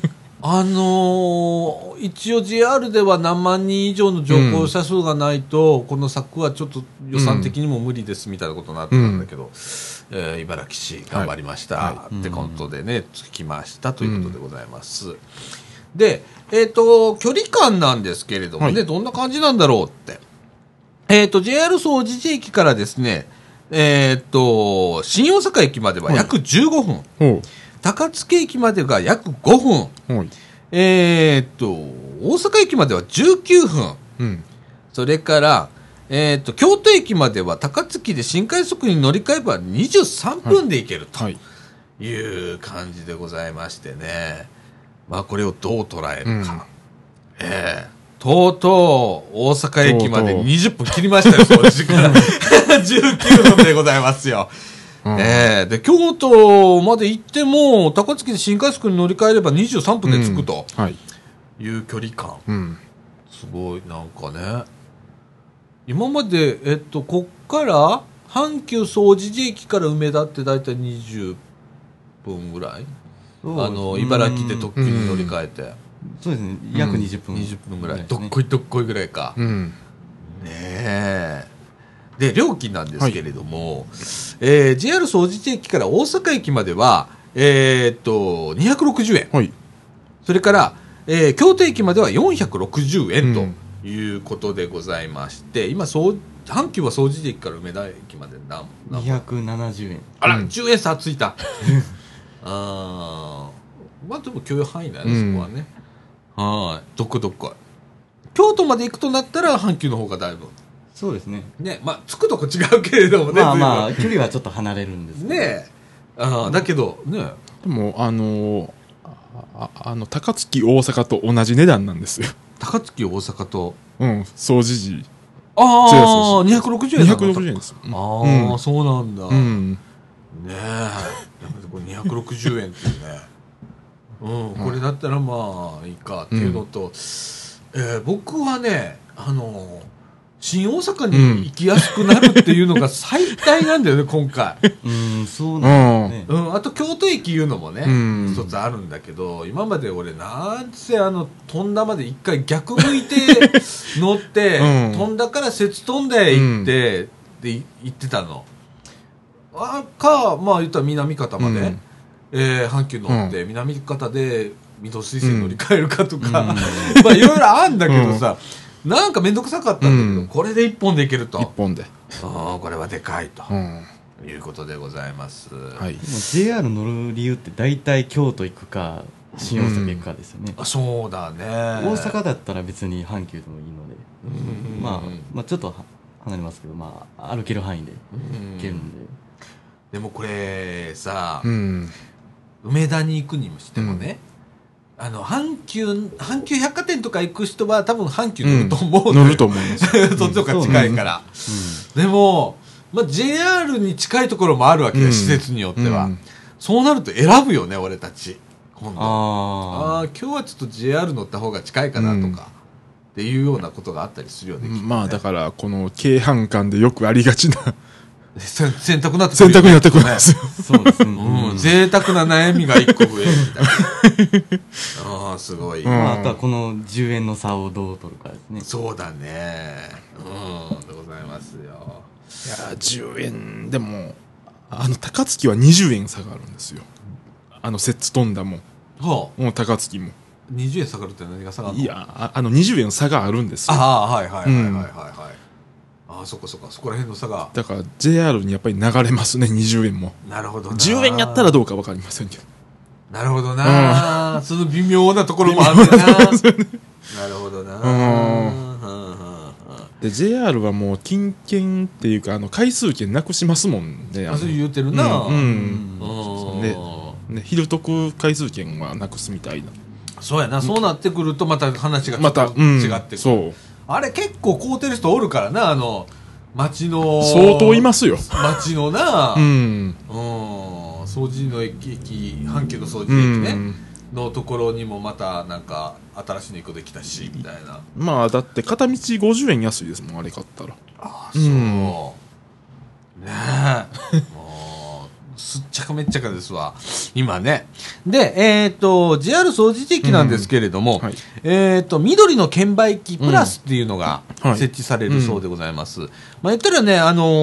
一応 JR では何万人以上の乗降者数がないと、この柵はちょっと予算的にも無理ですみたいなことになってたんだけど、茨城市頑張りました、ってことでね、つきましたということでございます。で、距離感なんですけれどもね、どんな感じなんだろうって。JR 総持寺駅からですね、新大阪駅までは約15分。高槻駅までが約5分。大阪駅までは19分。それから、京都駅までは高槻で新快速に乗り換えば23分で行けるという感じでございましてね。まあこれをどう捉えるか。とうとう大阪駅まで20分切りましたよ、その時から。 19分でございますよ。で、京都まで行っても、高槻で新快速に乗り換えれば23分で着くという距離感。すごい、なんかね。今まで、こっから、阪急総持寺駅から梅田ってだいたい20分ぐらい、茨城で特急に乗り換えて。 そうですね、約20分。 20分ぐらい。どっこいどっこいぐらいか。ねえ。で、料金なんですけれども、JR 総持寺駅から大阪駅までは、260円。それから、京都駅までは460円ということでございまして、今、阪急は総持寺駅から梅田駅まで 270円。 あら、10円差ついた。まあでも許容範囲だよね、そこはね。どこどこ。京都まで行くとなったら、阪急の方がだいぶ。 そうですね。 ね、まあ、着くとこ違うけれどもね。 まあまあ、距離はちょっと離れるんですね。だけど、ね。 でも、高槻大阪と同じ値段なんですよ。 高槻大阪と。 総持寺。 260円。 260円です。 そうなんだ。ねえ。これ260円っていうね。これだったらまあ、いいかっていうのと、僕はね、新大阪に行きやすくなるっていうのが最大なんだよね、今回。 そうなんですね。 あと京都駅いうのもね、一つあるんだけど、今まで俺なんせ飛んだまで一回逆向いて乗って、飛んだから摂津飛んで行って、で、行ってたの。まあ言ったら南方まで、阪急乗って、南方で水戸水線乗り換えるかとか、まあいろいろあるんだけどさ、なんかめんどくさかったんだけど、これで一本でいけると。 一本で。 これはでかいと。いうことでございます。 はい。JR 乗る理由って大体京都行くか、新大阪行くかですよね。 そうだね。 大阪だったら別に阪急でもいいので、まあちょっと離れますけど、まあ歩ける範囲で行けるんで。 でもこれさ、梅田に行くにもしてもね、阪急百貨店とか行く人は多分阪急乗ると思う、 乗ると思います。 そっちの方が近いから。でも、まあ、JR に近いところもあるわけで、施設によっては。そうなると選ぶよね、俺たち。今度。今日はちょっと JR 乗った方が近いかなとか、っていうようなことがあったりするよね。 まあだから、この京阪間でよくありがちな。 選択になってくる。選択になってくるんですよ。 そうですね。 贅沢な悩みが一個増えるみたいな。すごい。 あとはこの10円の差をどう取るかですね。 そうだね。でございますよ。 いや、10円、でも、高槻は20円差があるんですよ。摂津飛んだも。もう高槻も。 20円下がるって何が下がるの？ いや、20円差があるんですよ。 はい。そこそこら辺の差が。 だから JR にやっぱり流れますね、20円も。 なるほどな。 10円やったらどうかわかりませんけど。 なるほどな。その微妙なところもあるな。なるほどな。 で JR はもう金券っていうか回数券なくしますもんね。 そう言うてるな。 昼得回数券はなくすみたいな。 そうやな。そうなってくるとまた話がちょっと違ってくる。そう。あれ結構買うてる人おるからな、町の。 相当いますよ。 町のな、掃除の駅、阪急の掃除駅ね、のところにもまたなんか新しいの1個できたし、みたいな。 まあだって片道50円安いですもん、あれ買ったら。 そう。ねえ。すっちゃかめっちゃかですわ。今ね。で、JR 総除寺駅なんですけれども、緑の券売機プラスっていうのが設置されるそうでございます。まあ言ったらね、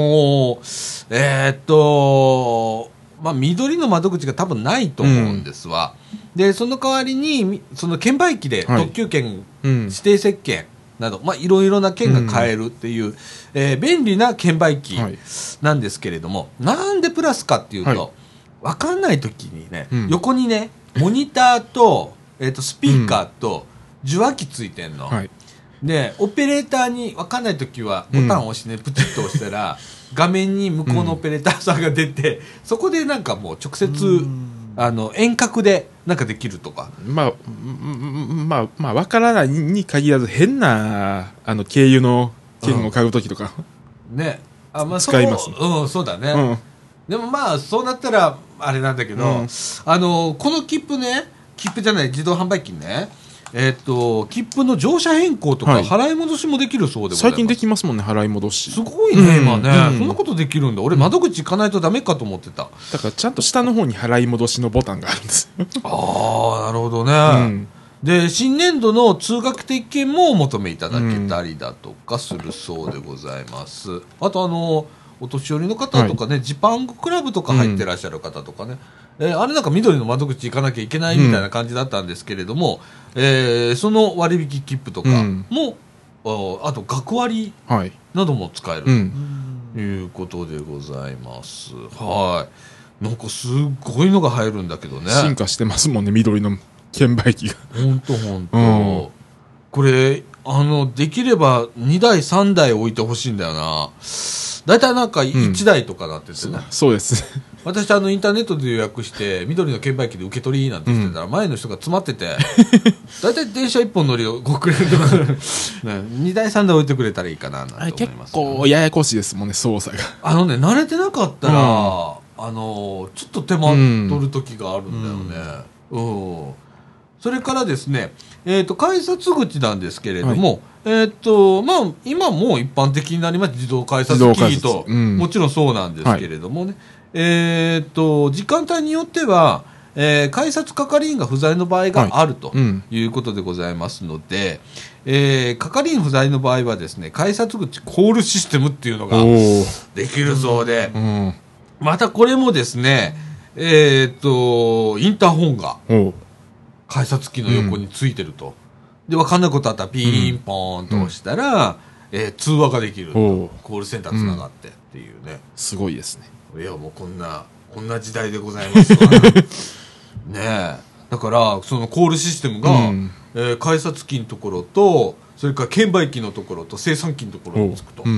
まあ緑の窓口が多分ないと思うんですわ。で、その代わりに、その券売機で特急券、指定席券、など、まあ、いろいろな券が買えるっていう、便利な券売機なんですけれども、なんでプラスかっていうと、わかんないときにね、横にね、モニターと、スピーカーと受話器ついてんの。で、オペレーターにわかんないときは、ボタンを押してね、プチッと押したら、画面に向こうのオペレーターさんが出て、そこでなんかもう直接、遠隔でなんかできるとか。 まあ、わからないに限らず、変な、経由の券を買うときとか。 ね。 使います。 そうだね。でもまあ、そうなったら、あれなんだけど、この切符じゃない、自動販売機ね、切符の乗車変更とか払い戻しもできるそうでございます。 最近できますもんね、払い戻し。 すごいね、今ね。そんなことできるんだ。俺、窓口行かないとダメかと思ってた。 だから、ちゃんと下の方に払い戻しのボタンがあるんですよ。 ああ、なるほどね。で、新年度の通学定期券もお求めいただけたりだとかするそうでございます。あと、お年寄りの方とかね、ジパングクラブとか入ってらっしゃる方とかね、あれなんか緑の窓口行かなきゃいけないみたいな感じだったんですけれども、その割引切符とかも、あと学割なども使えるということでございます。はい。なんかすごいのが入るんだけどね。 進化してますもんね、緑の券売機が。 ほんと。これ、できれば2台3台置いてほしいんだよな。だいたいなんか1台とかなっててね、 そうです私インターネットで予約して緑の券売機で受け取りなんて言ってたら、前の人が詰まっててだいたい電車1本乗りをくれるとか、ね、2台3台置いてくれたらいいかななんて思います、ね、 結構ややこしいですもんね、操作が。 慣れてなかったら、ちょっと手間取る時があるんだよね。それからですね、改札口なんですけれども、今もう一般的になりまして、自動改札機と、もちろんそうなんですけれどもね、時間帯によっては、改札係員が不在の場合があるということでございますので、係員不在の場合はですね、改札口コールシステムっていうのができるそうで、またこれもですね、インターホンが改札機の横についてると。で、分かんないことあったらピーンポーンと押したら、通話ができる。コールセンターつながってっていうね。 すごいですね。 いや、もうこんな時代でございますわ。ねえ。だから、そのコールシステムが、改札機のところと、それから券売機のところと、精算機のところにつくと。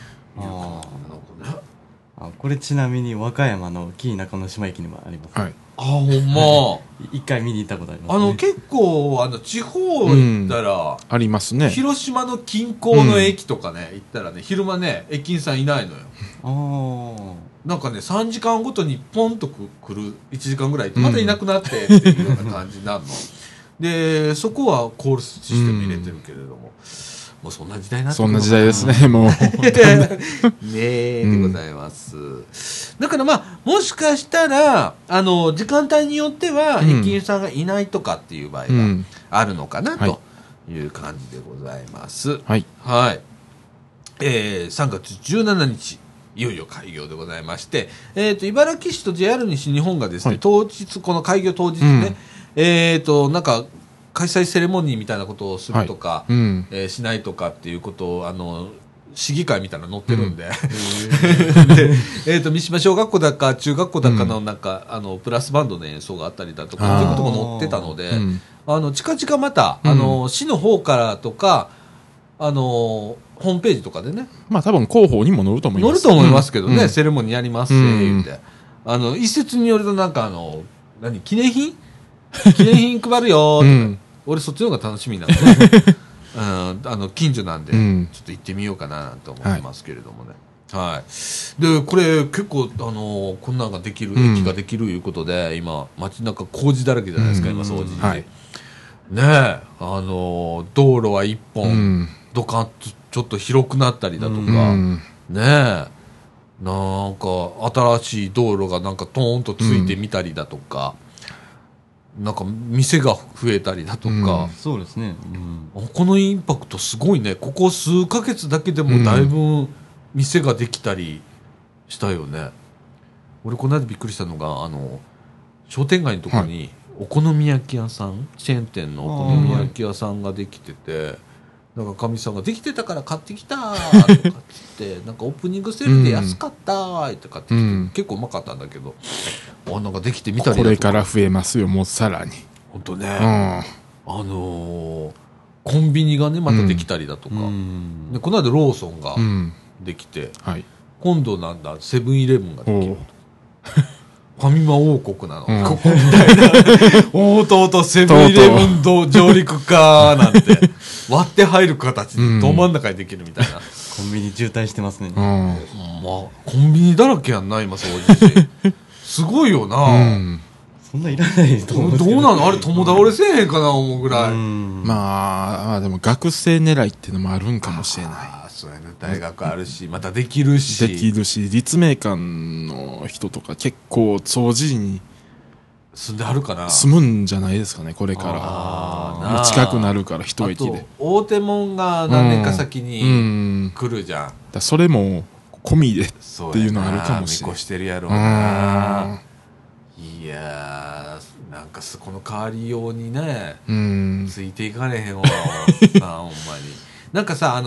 これちなみに和歌山の紀伊中之島駅にもあります、ね。 ほんま。 一回見に行ったことありますね。 結構、地方行ったら、 ありますね。 広島の近郊の駅とかね、行ったらね、昼間ね、駅員さんいないのよ。なんかね、3時間ごとにポンと来る1時間ぐらい、またいなくなってっていうような感じになるの。で、そこはコールシステム入れてるけれども、もうそんな時代になってるのかな。 そんな時代ですね、もう。 ねえ、でございます。だからもしかしたら、時間帯によっては、駅員さんがいないとかっていう場合があるのかな、という感じでございます。 はい。 はい。3月17日、いよいよ開業でございまして、茨城市と JR 西日本がですね、この開業当日ね、なんか、開催セレモニーみたいなことをするとか、しないとかっていうことを、市議会みたいなの載ってるんで、で、三島小学校だか中学校だかのなんか、プラスバンドの演奏があったりだとかっていうことも載ってたので、近々また、市の方からとか、ホームページとかでね。 多分広報にも載ると思います。 載ると思いますけどね、セレモニーやりますって言って。一説によるとなんか記念品配るよーとか、俺そっちの方が楽しみなんで、近所なんで、ちょっと行ってみようかなと思いますけれどもね。はい。で、これ結構、こんなんができる、駅ができるいうことで、今、街中工事だらけじゃないですか、今、掃除で。ねえ、道路は一本、ドカンとちょっと広くなったりだとか、ねえ、なんか、新しい道路がなんかトーンとついてみたりだとか、なんか店が増えたりだとか、 そうですね、 このインパクトすごいね。ここ数ヶ月だけでもだいぶ店ができたりしたよね。俺この間びっくりしたのが商店街のところにお好み焼き屋さん、チェーン店のお好み焼き屋さんができてて、なんかかみさんができてたから買ってきたーとかっつってなんかオープニングセールで安かったーって買ってきて、結構うまかったんだけど、なんかできてみたりだとか、 これから増えますよ、もうさらに。 本当ね、コンビニがねまたできたりだとか、でこの間ローソンができて、今度なんだセブンイレブンができると。ファミマ王国なの、ここみたいなとうとうセブンイレブン上陸かーなんて割って入る形でど真ん中にできるみたいなコンビニ渋滞してますね。 うん。 まあ、コンビニだらけやんな、今、掃除時。すごいよな。 そんないらないと思うんですけどうなのあれ、友倒れせえへんかな、思うぐらい。 まあ、でも学生狙いっていうのもあるんかもしれない。 ああ、そうやね。大学あるし、またできるし。 できるし、立命館の人とか結構掃除に住んではるかな。 住むんじゃないですかね、これから。もう近くなるから一駅で。 大手門が何年か先に来るじゃん。 だそれも込みでっていうのあるかもしれない。 見越してるやろうな。いやー、なんかこの変わりようにね、ついていかれへんわ、さほんまに。なんかさ、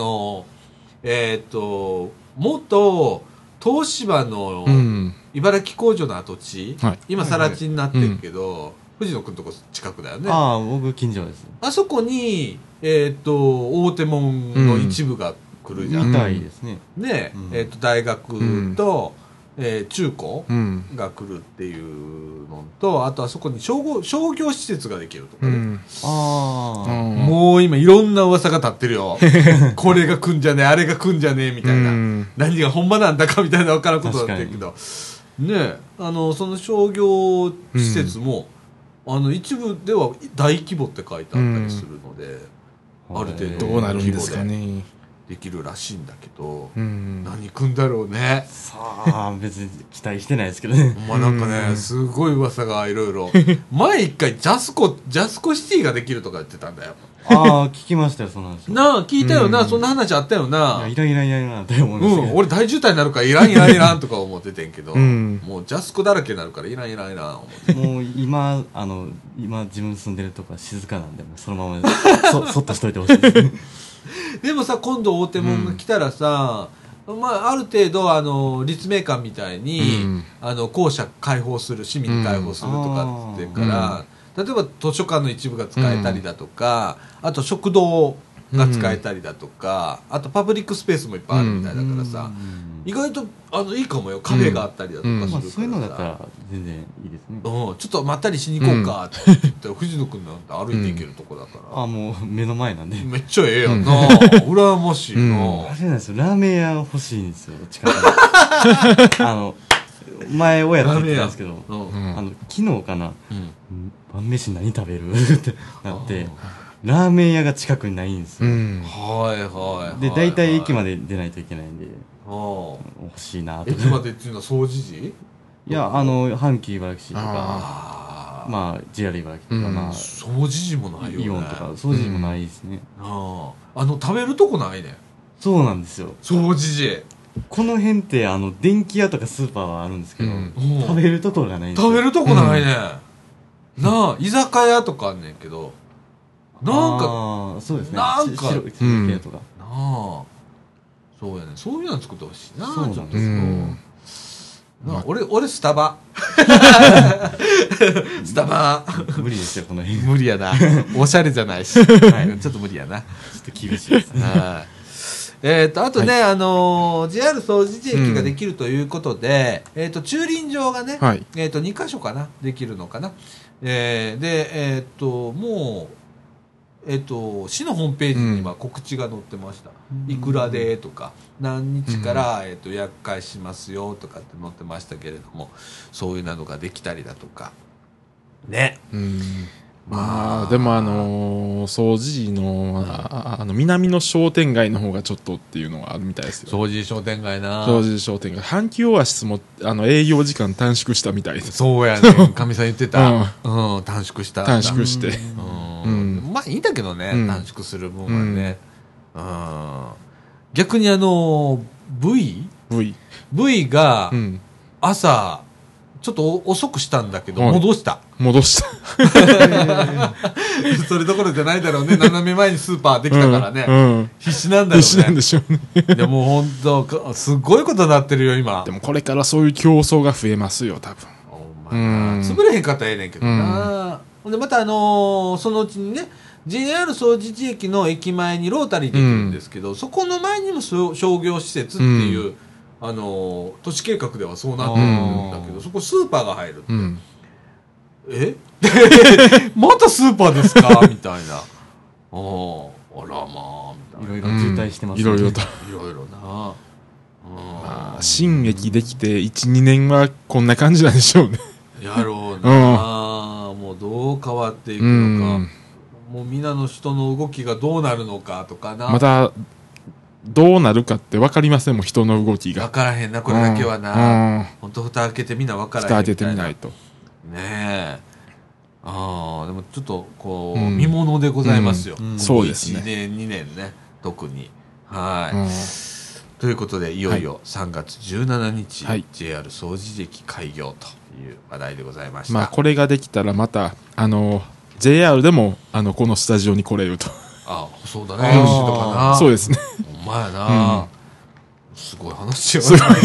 元東芝の茨城工場の跡地、今更地になってるけど、藤野くんとこ近くだよね。 ああ、僕近所です。 あそこに、大手門の一部が来るじゃん。 みたいですね。 ね、大学と、中高が来るっていうのと、あとあそこに商業施設ができるとかね。もう今いろんな噂が立ってるよ。これが来んじゃねえ、あれが来んじゃねえみたいな。何がほんまなんだかみたいな分からんことだったけど。ね、その商業施設も、一部では大規模って書いてあったりするので、ある程度どうなるんですかね。 できるらしいんだけど、何くんだろうね。 さあ、別に期待してないですけどね。 まあなんかね、すごい噂がいろいろ。前一回ジャスコシティができるとか言ってたんだよ。 ああ、聞きましたよ、その話。 なあ、聞いたよな、そんな話あったよな。 いらんって思いましたけど。 俺大渋滞になるからいらんとか思っててんけど、もうジャスコだらけになるからいらん思って。 もう今自分住んでるとこは静かなんで、もうそのままそっとしといてほしいです。 でもさ、今度大手門が来たらさ、まあ、ある程度立命館みたいに、校舎開放する、市民に開放するとかって言ってから、例えば図書館の一部が使えたりだとか、あと食堂が使えたりだとか、あとパブリックスペースもいっぱいあるみたいだからさ、意外といいかもよ。カフェがあったりだとかするからさ、 そういうのだったら全然いいですね。 ちょっとまったりしに行こうかって言ったら、藤野くんなんて歩いて行けるとこだから。 もう目の前なんで。 めっちゃええやんな。羨ましいな。 あれなんですよ、ラーメン屋欲しいんですよ、近くに。前親って言ってたんですけど、昨日かな、晩飯何食べるってなって、ラーメン屋が近くにないんですよ。で、大体駅まで出ないといけないんで、欲しいなと。 駅までっていうのは掃除時？ いや、阪急茨城市とか、まあ、JR 茨城とか、まあ、 掃除時もないよね。 イオンとか、掃除時もないですね。 食べるとこないね。 そうなんですよ。 掃除時。 この辺って電気屋とかスーパーはあるんですけど、食べるところがないんですよ。 食べるとこないね。なあ、居酒屋とかあんねんけど、なんか、 そうですね。 なんか、 白い屋とか。 なあ、そうやね。そういうの作ってほしいな。 そうなんですよ。俺スタバ。スタバ。 無理ですよ、この辺。 無理やな。おしゃれじゃないし。ちょっと無理やな。ちょっと厳しいですね。 あとね、JR 総除寺駅ができるということで、駐輪場がね、2カ所かな、できるのかな。で、もう、市のホームページには告知が載ってました。いくらでとか、何日から、予約開始しますよとかって載ってましたけれども、そういうのができたりだとか。ね。 まあ、でも掃除の、南の商店街の方がちょっとっていうのがあるみたいですよ。 掃除商店街な。 掃除商店街。阪急オアシスも、営業時間短縮したみたいです。 そうやね。かみさん言ってた。短縮した。 短縮して。 まあいいんだけどね、短縮する分はね。逆にV が、朝、ちょっと遅くしたんだけど、戻した。それどころじゃないだろうね。斜め前にスーパーできたからね。必死なんだろうね。 必死なんでしょうね。 でも本当、すごいことになってるよ、今。 でもこれからそういう競争が増えますよ、多分。 潰れへんかったらええねんけどな。で、またそのうちにね、JR 総除寺駅の駅前にロータリーできるんですけど、そこの前にも商業施設っていう、都市計画ではそうなってるんだけど、そこスーパーが入るって。またスーパーですかみたいな。あらまあ、みいろいろ渋滞してますね。 いろいろと。 いろいろな。 新駅できて1、2年はこんな感じなんでしょうね。 やろうな。もうどう変わっていくのか。もう皆の人の動きがどうなるのかとかな。 また、どうなるかって分かりませんもん、人の動きが。 分からへんな、これだけはな。ほんと蓋開けてみな分からへん。 蓋開けてみないと。 ねえ。でもちょっと、こう、見ものでございますよ。 そうですね。 1年、2年ね、特に。はい。ということで、いよいよ3月17日、JR 総除駅開業という話題でございました。 まあ、これができたらまた、JR でも、このスタジオに来れると。 そうだね、吉とかな。 そうですね。 ほんまやな。すごい話よ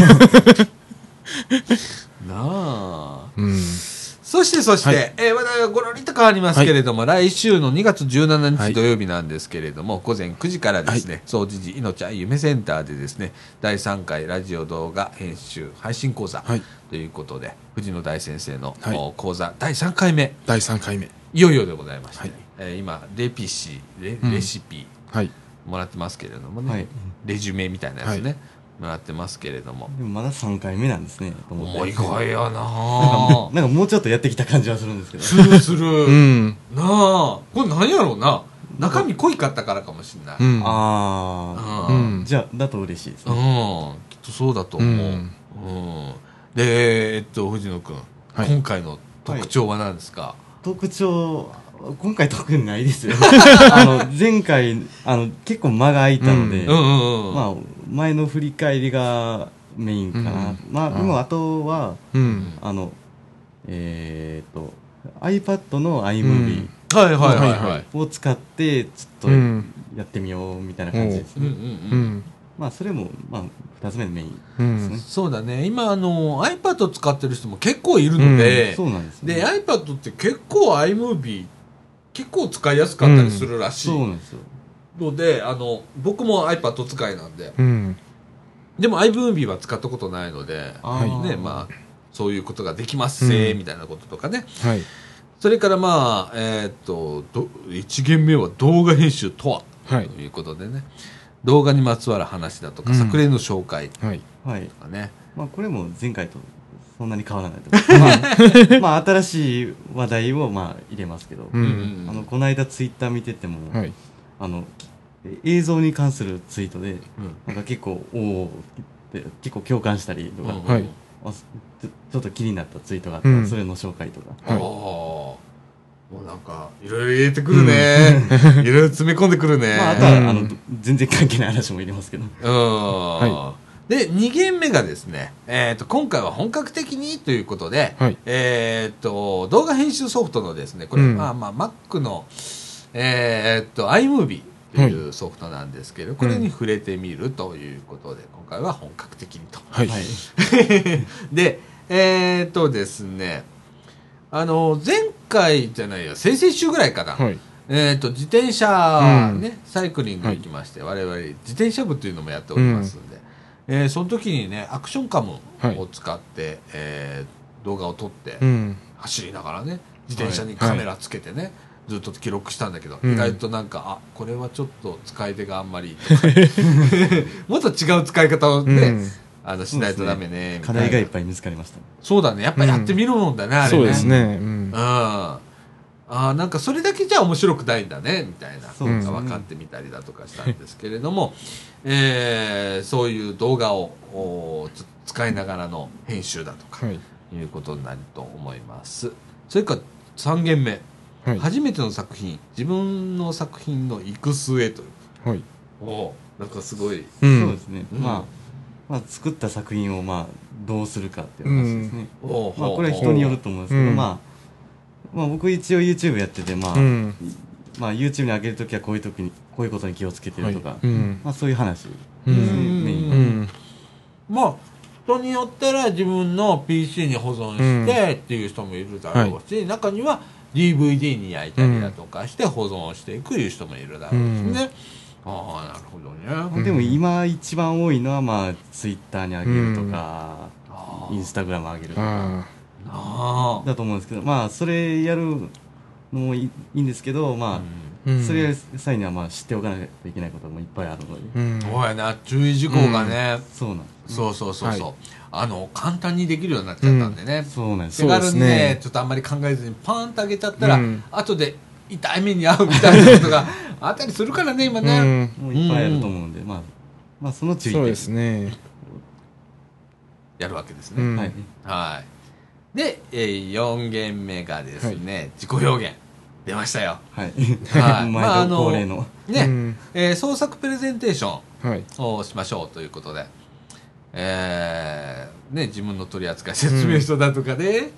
な。なあ。そして、話題はごろりと変わりますけれども、来週の2月17日土曜日なんですけれども、午前9時からですね、総除寺命愛夢センターでですね、第3回ラジオ動画編集配信講座ということで、藤野大先生の講座第3回目。 第3回目。 いよいよでございまして、今、レシピもらってますけれどもね、レジュメみたいなやつね。もらってますけれども。 でもまだ3回目なんですね。 もう意外やななんかもうちょっとやってきた感じはするんですけど。 する。なあ。これ何やろうな。中身濃いかったからかもしれない。 じゃあ、だと嬉しいですね。 きっとそうだと思う。で、藤野くん。今回の特徴は何ですか？ 特徴、今回特にないですよ。前回、結構間が空いたので、まあ、前の振り返りがメインかな。まあ、でもあとは、iPad の iMovie を使って、ちょっとやってみようみたいな感じですね。まあ、それも、まあ、2つ目のメインですね。 そうだね。今、iPad 使ってる人も結構いるので、 そうなんですね。 で、iPad って結構 iMovie、結構使いやすかったりするらしい。 そうなんですよ。 ので、僕も iPad 使いなんで、でも iMovie は使ったことないので、ね、まあ、そういうことができますせ、みたいなこととかね。それからまあ、1限目は動画編集とは、ということでね、動画にまつわる話だとか、作例の紹介とかね。 まあ、これも前回とそんなに変わらないと思います。まあ、新しい話題をまあ入れますけど、この間ツイッター見てても、映像に関するツイートで、なんか結構、結構共感したりとか、ちょっと気になったツイートがあったら、それの紹介とか。 もうなんか、いろいろ入れてくるね。いろいろ詰め込んでくるね。 まあ、あとは、全然関係ない話も入れますけど。 で、2限目がですね、今回は本格的にということで、動画編集ソフトのですね、これ、まあ、Mac の、iMovie というソフトなんですけど、これに触れてみるということで、今回は本格的にと。で、ですね、前回じゃないや、先々週ぐらいかな。自転車ね、サイクリング行きまして、我々自転車部というのもやっておりますんで、その時にね、アクションカムを使って、動画を撮って、走りながらね、自転車にカメラつけてね、ずっと記録したんだけど、意外となんか、これはちょっと使い手があんまりとか、もっと違う使い方をね、しないとダメね、 課題がいっぱい見つかりました。 そうだね、やっぱやってみるもんだね、あれね。 そうですね。 なんかそれだけじゃ面白くないんだねみたいなのが分かってみたりだとかしたんですけれども、そういう動画を使いながらの編集だとかいうことになると思います。それから3件目、初めての作品、自分の作品の行く末という、なんかすごい、 そうですね、まあ作った作品をまあどうするかっていう話ですね。まあこれは人によると思うんですけど、まあ僕一応 YouTube やってて、まあ YouTube に上げるときはこういう時にこういうことに気をつけてるとか、まあそういう話ですね、メインは。 まあ人によったら自分の PC に保存してっていう人もいるだろうし、中には DVD に焼いたりだとかして保存していくいう人もいるだろうしね。なるほどね。 でも今一番多いのはまあ Twitter に上げるとか、Instagram 上げるとかだと思うんですけど、まあそれやるのもいいんですけど、まあそれ際にはまあ知っておかないといけないこともいっぱいあるので、 そうやな、注意事項がね、 そうなんそうそうそうそう、簡単にできるようになっちゃったんでね、 そうなんです手軽にね、ちょっとあんまり考えずにパーンと上げちゃったら、後で痛い目に遭うみたいなことがあったりするからね、今ね。 もういっぱいあると思うんで、まあその注意そうですね。 やるわけですね。はい。で、4限目がですね、自己表現。出ましたよ。 はい。毎度恒例の。 ね、創作プレゼンテーションをしましょうということで、ね、自分の取扱説明書だとかで、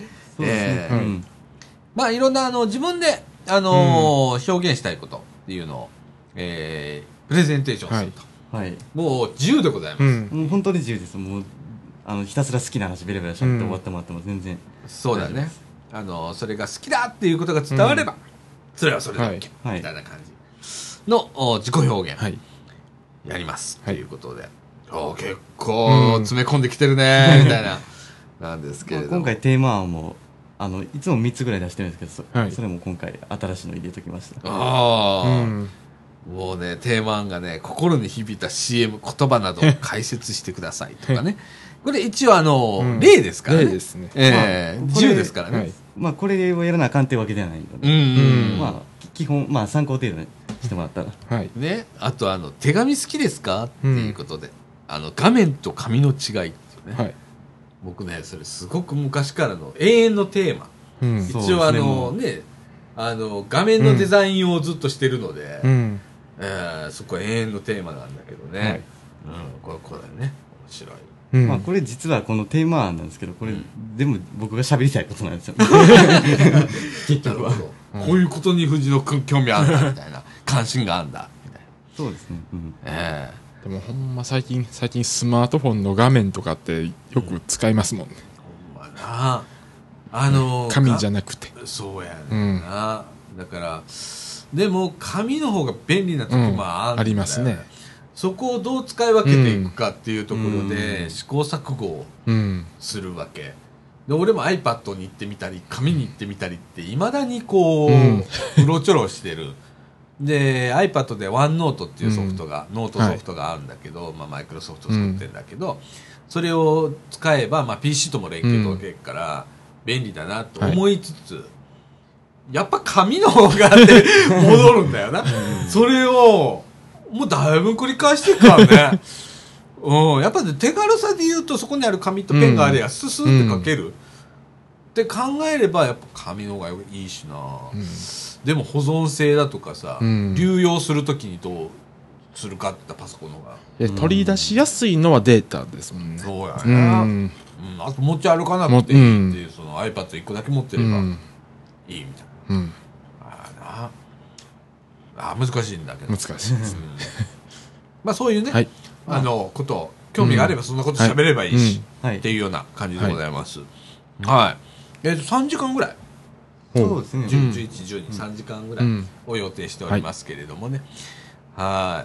まあいろんな自分で表現したいことっていうのを、プレゼンテーションすると。はい。もう自由でございます。 もう本当に自由です。もうひたすら好きな話ベラベラしゃべって終わってもらっても全然。 そうだね。それが好きだっていうことが伝われば、それはそれで OK みたいな感じの自己表現やりますということで、結構詰め込んできてるねみたいななんですけれども、 今回テーマ案もいつも3つぐらい出してるんですけど、それも今回新しいの入れときました。 もうね、テーマ案がね、心に響いた CM 言葉などを解説してくださいとかね。これ一応例ですからね。 例ですね。 自由ですからね。 まあこれをやらなあかんってわけではないので、まあ基本まあ参考程度にしてもらったら。 ね、あと手紙好きですかっていうことで、画面と紙の違いっていうね。僕ね、それすごく昔からの永遠のテーマ。一応ね、画面のデザインをずっとしてるので、そこは永遠のテーマなんだけどね。これね、面白い。 まあこれ実はこのテーマ案なんですけど、これ全部僕が喋りたいことなんですよ。結局は。 こういうことに藤野くん興味あるんだみたいな、関心があるんだみたいな。 そうですね。 でもほんま最近スマートフォンの画面とかってよく使いますもんね。 ほんまな。 紙じゃなくて。 そうやねんな。だからでも紙の方が便利な時もありますね。そこをどう使い分けていくかっていうところで試行錯誤をするわけで、俺も iPad に行ってみたり紙に行ってみたりっていまだにこううろちょろしてる。で iPad で OneNote っていうソフトが、ノートソフトがあるんだけど、マイクロソフト作ってるんだけど、それを使えば、PC とも連携取れるから便利だなと思いつつ、やっぱ紙の方がって戻るんだよな。それをもうだいぶ繰り返してるからね。やっぱり手軽さで言うと、そこにある紙とペンがあればススって書ける、って考えればやっぱ紙の方がいいしな。でも保存性だとかさ、流用するときにどうするかってパソコンの方が取り出しやすいのはデータですもんね。 そうやね。あと持ち歩かなくていいっていう、その iPad1 個だけ持ってればいいみたいな。難しいんだけど。 難しいですね。 まあそういうね、ことを興味があればそんなこと喋ればいいし、っていうような感じでございます。はい。3時間ぐらい。 そうですね。 11、12、3時間ぐらいを予定しておりますけれどもね。はい。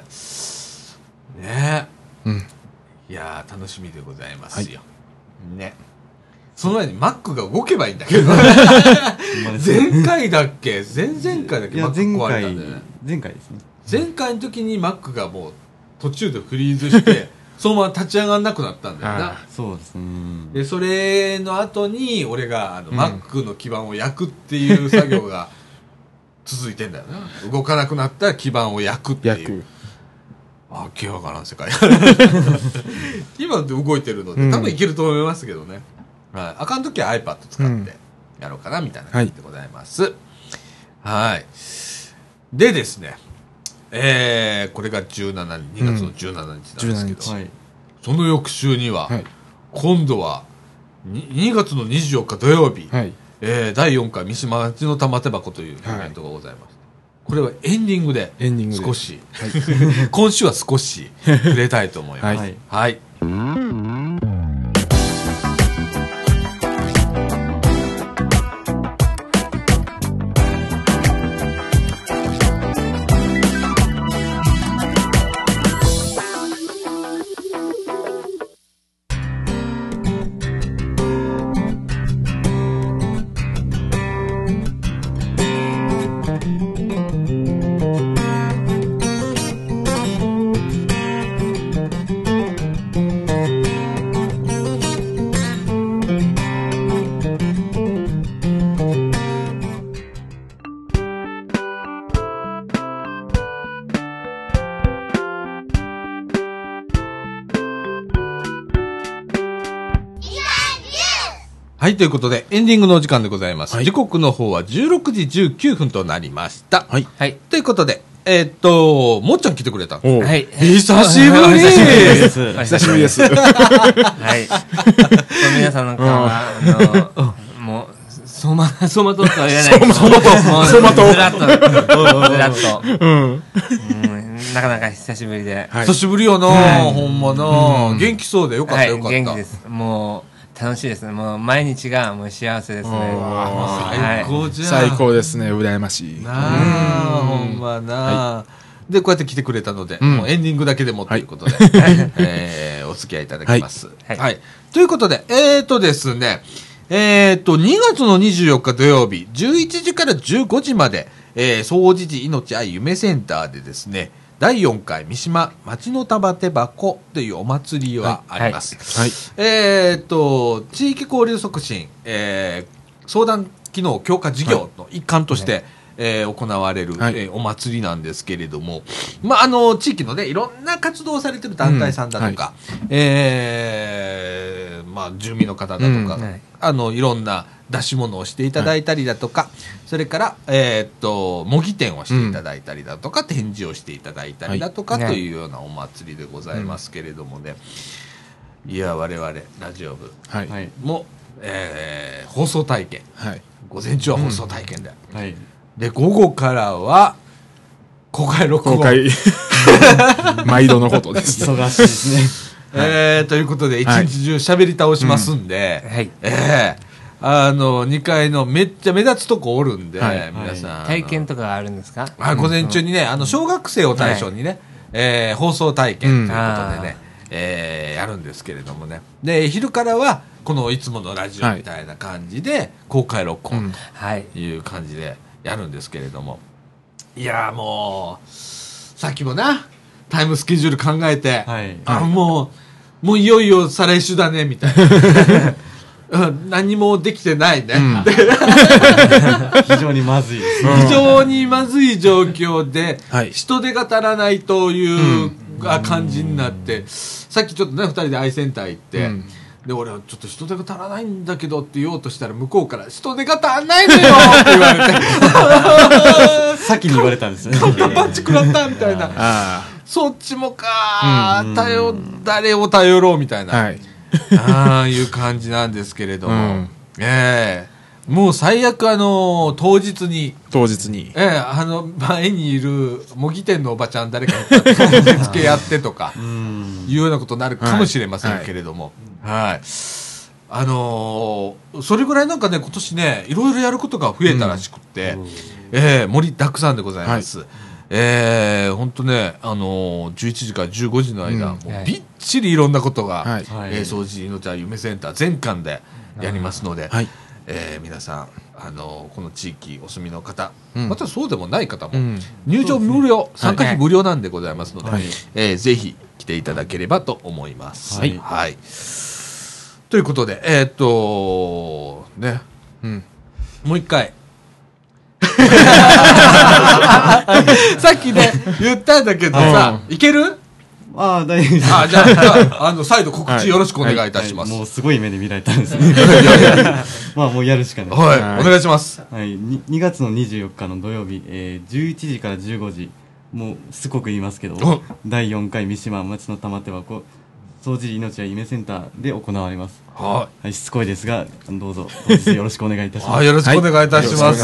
ねえ。いやー、楽しみでございますよ。ね。その前に Mac が動けばいいんだけど。前回だっけ前々回だっけ Mac 壊れたんだよね。 前回ですね。 前回の時に Mac がもう途中でフリーズして、そのまま立ち上がらなくなったんだよな。 そうですね。 で、それの後に、俺がMac の基板を焼くっていう作業が続いてんだよな。動かなくなったら基板を焼くっていう。わけわからん世界。今で動いてるので、多分いけると思いますけどね。あかんときは iPad 使ってやろうかな、みたいな感じでございます。はい。でですね、これが2月の17日なんですけど、その翌週には、今度は2月の24日土曜日、第4回三島町の玉手箱というイベントがございます。これはエンディングで少し、今週は少し触れたいと思います。はい。 はい、ということで、エンディングのお時間でございます。 はい、 時刻の方は16時19分となりました。 はい。 はい。ということで、もっちゃん来てくれた。 はい。 久しぶり久しぶりです。 はい。皆さんなんか、もう、走馬灯とは言わない。 走馬灯。 ずらっと。ずらっと。なかなか久しぶりで。 久しぶりよな、ほんまな。元気そうでよかったよかった。 元気です。もう、楽しいですね。もう毎日がもう幸せですね。 最高じゃん。 最高ですね。羨ましい。 なあ、ほんまな。で、こうやって来てくれたので、もうエンディングだけでもということで、お付き合いいただきます。はい。ということで、ですね、2月の24日土曜日、11時から15時まで、総持寺命愛夢センターでですね、第4回三島町の玉手箱というお祭りはあります。はい。地域交流促進、相談機能強化事業の一環として、行われる、お祭りなんですけれども、まあ、地域のね、いろんな活動をされてる団体さんだとか、まあ、住民の方だとか、いろんな出し物をしていただいたりだとか、それから、模擬店をしていただいたりだとか、展示をしていただいたりだとか、というようなお祭りでございますけれどもね、いや、我々、ラジオ部も、放送体験、午前中は放送体験で、で、午後からは、公開録音。 毎度のことです。 忙しいですね。ということで、一日中喋り倒しますんで、2階のめっちゃ目立つとこおるんで、皆さん。 体験とかあるんですか？ 午前中にね、小学生を対象にね、放送体験ということでね、やるんですけれどもね。で、昼からは、このいつものラジオみたいな感じで、公開録音という感じで、やるんですけれども、いやもうさっきもなタイムスケジュール考えて、もういよいよ再来週だねみたいな何もできてないね、 非常にまずいです、 非常にまずい状況で、人手が足らないという感じになって、さっきちょっとね2人でアイセンター行って、で俺はちょっと人手が足らないんだけどって言おうとしたら向こうから人手が足んないのよって言われて先に言われたんですね。 カンカンパンチ食らったみたいなそっちもか誰を頼ろうみたいな、いう感じなんですけれども、もう最悪当日に前にいる模擬店のおばちゃん誰か受付やってとかいうようなことになるかもしれませんけれども、それぐらいなんかね今年ねいろいろやることが増えたらしくって、盛りだくさんでございます。本当ね11時から15時の間、もうびっちりいろんなことが、掃除命愛夢センター全館でやりますので、皆さんこの地域お住みの方、またそうでもない方も、入場無料、参加費無料なんでございますので、ぜひ来ていただければと思います。ということでね、もう一回さっきね言ったんだけどさ、いける？ 大丈夫です。 じゃあ再度告知よろしくお願いいたします。 もうすごい目で見られたんですね。もうやるしかない。 お願いします。 2月の24日の土曜日、11時から15時、もうしつこく言いますけど、第4回三島町の玉手箱総持寺命愛夢センターで行われます。しつこいですがどうぞよろしくお願いいたします。 よろしくお願いいたします。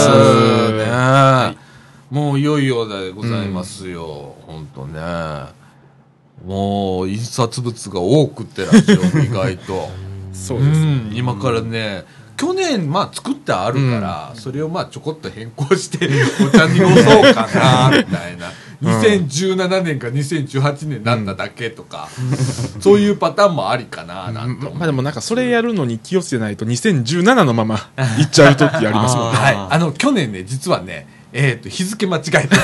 もういよいよでございますよ。本当ね。もう印刷物が多くってらっしゃる意外と。 そうですね。 今からね。去年作ってあるから、それをちょこっと変更してお茶に押そうかなみたいな、2017年か2018年になっただけとか、そういうパターンもありかななんて。 でもなんかそれやるのに気をつけないと2017のままいっちゃう時ありますもんね。 去年ね実はね日付間違えた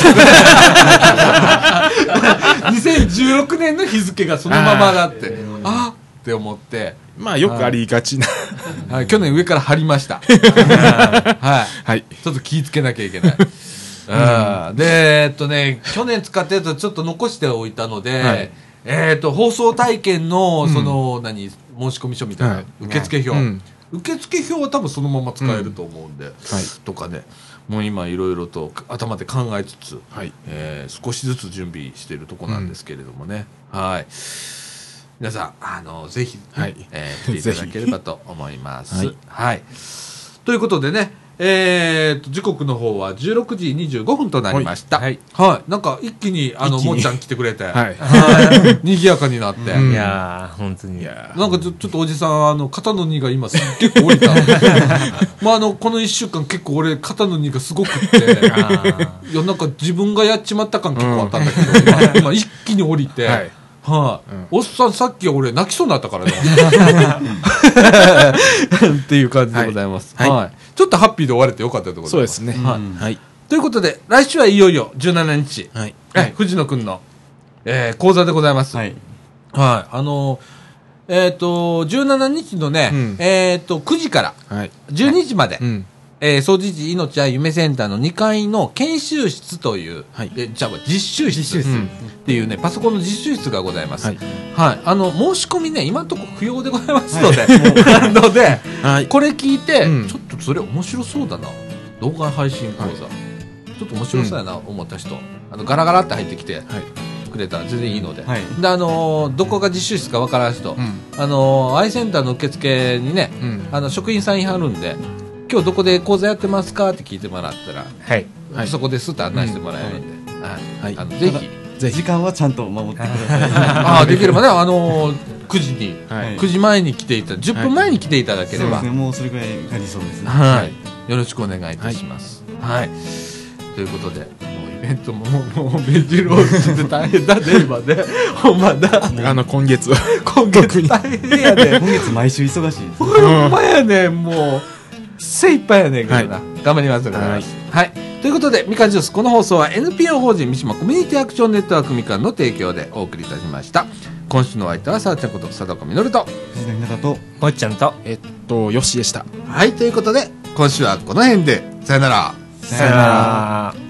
2016年の日付がそのままだってって思って、 よくありがちな去年上から貼りました。ちょっと気ぃつけなきゃいけない。で去年使ってるとちょっと残しておいたので、放送体験の申し込み書みたいな受付表、 受付表は多分そのまま使えると思うんで、とかね、もう今いろいろと頭で考えつつ、少しずつ準備しているとこなんですけれどもね、はい、皆さんぜひ、来ていただければと思います。はい、ということでね、時刻の方は16時25分となりました。はい。なんか一気にもっちゃん来てくれて、賑やかになって。 いやー、本当に。 なんかちょっとおじさん、肩の荷が今結構降りた。まあこの1週間結構俺、肩の荷がすごくって、いや、なんか自分がやっちまった感結構あったんだけど、今一気に降りて、おっさんさっき俺泣きそうになったからね。っていう感じでございます。ちょっとハッピーで終われてよかったところそうですね。 ということで、来週はいよいよ17日、藤野くんの、講座でございます。17日のね、9時から12時まで、総持寺命や夢センターの2階の研修室という、実習室っていうね、パソコンの実習室がございます。申し込みね、今のところ不要でございますので、これ聞いて、ちょっとそれ面白そうだな。動画配信講座。ちょっと面白そうやな、思った人。ガラガラって入ってきてくれたら全然いいので。で、どこが実習室かわからん人、アイセンターの受付にね、職員さんいはるんで、今日どこで講座やってますかって聞いてもらったら、そこですって案内してもらえるんで、ぜひ時間はちゃんと守ってください。 できればね、9時に、9時前に来ていただ、10分前に来ていただければ、 もうそれぐらいが理想ですね。 よろしくお願いいたします。ということで、もうイベントももう目白押しで大変だね今ね。ほんまだ。 今月大変やね。 今月毎週忙しいです。 ほんまやね、もう精一杯やねんけどな。頑張ります。はい。ということで、みかんジュース、この放送は NPO 法人三島コミュニティアクションネットワークみかんの提供でお送りいたしました。今週のお相手はさあちゃんこと佐藤みのると藤野ひなたともっちゃんとよしでした。 はい、ということで今週はこの辺でさよなら。 さよなら。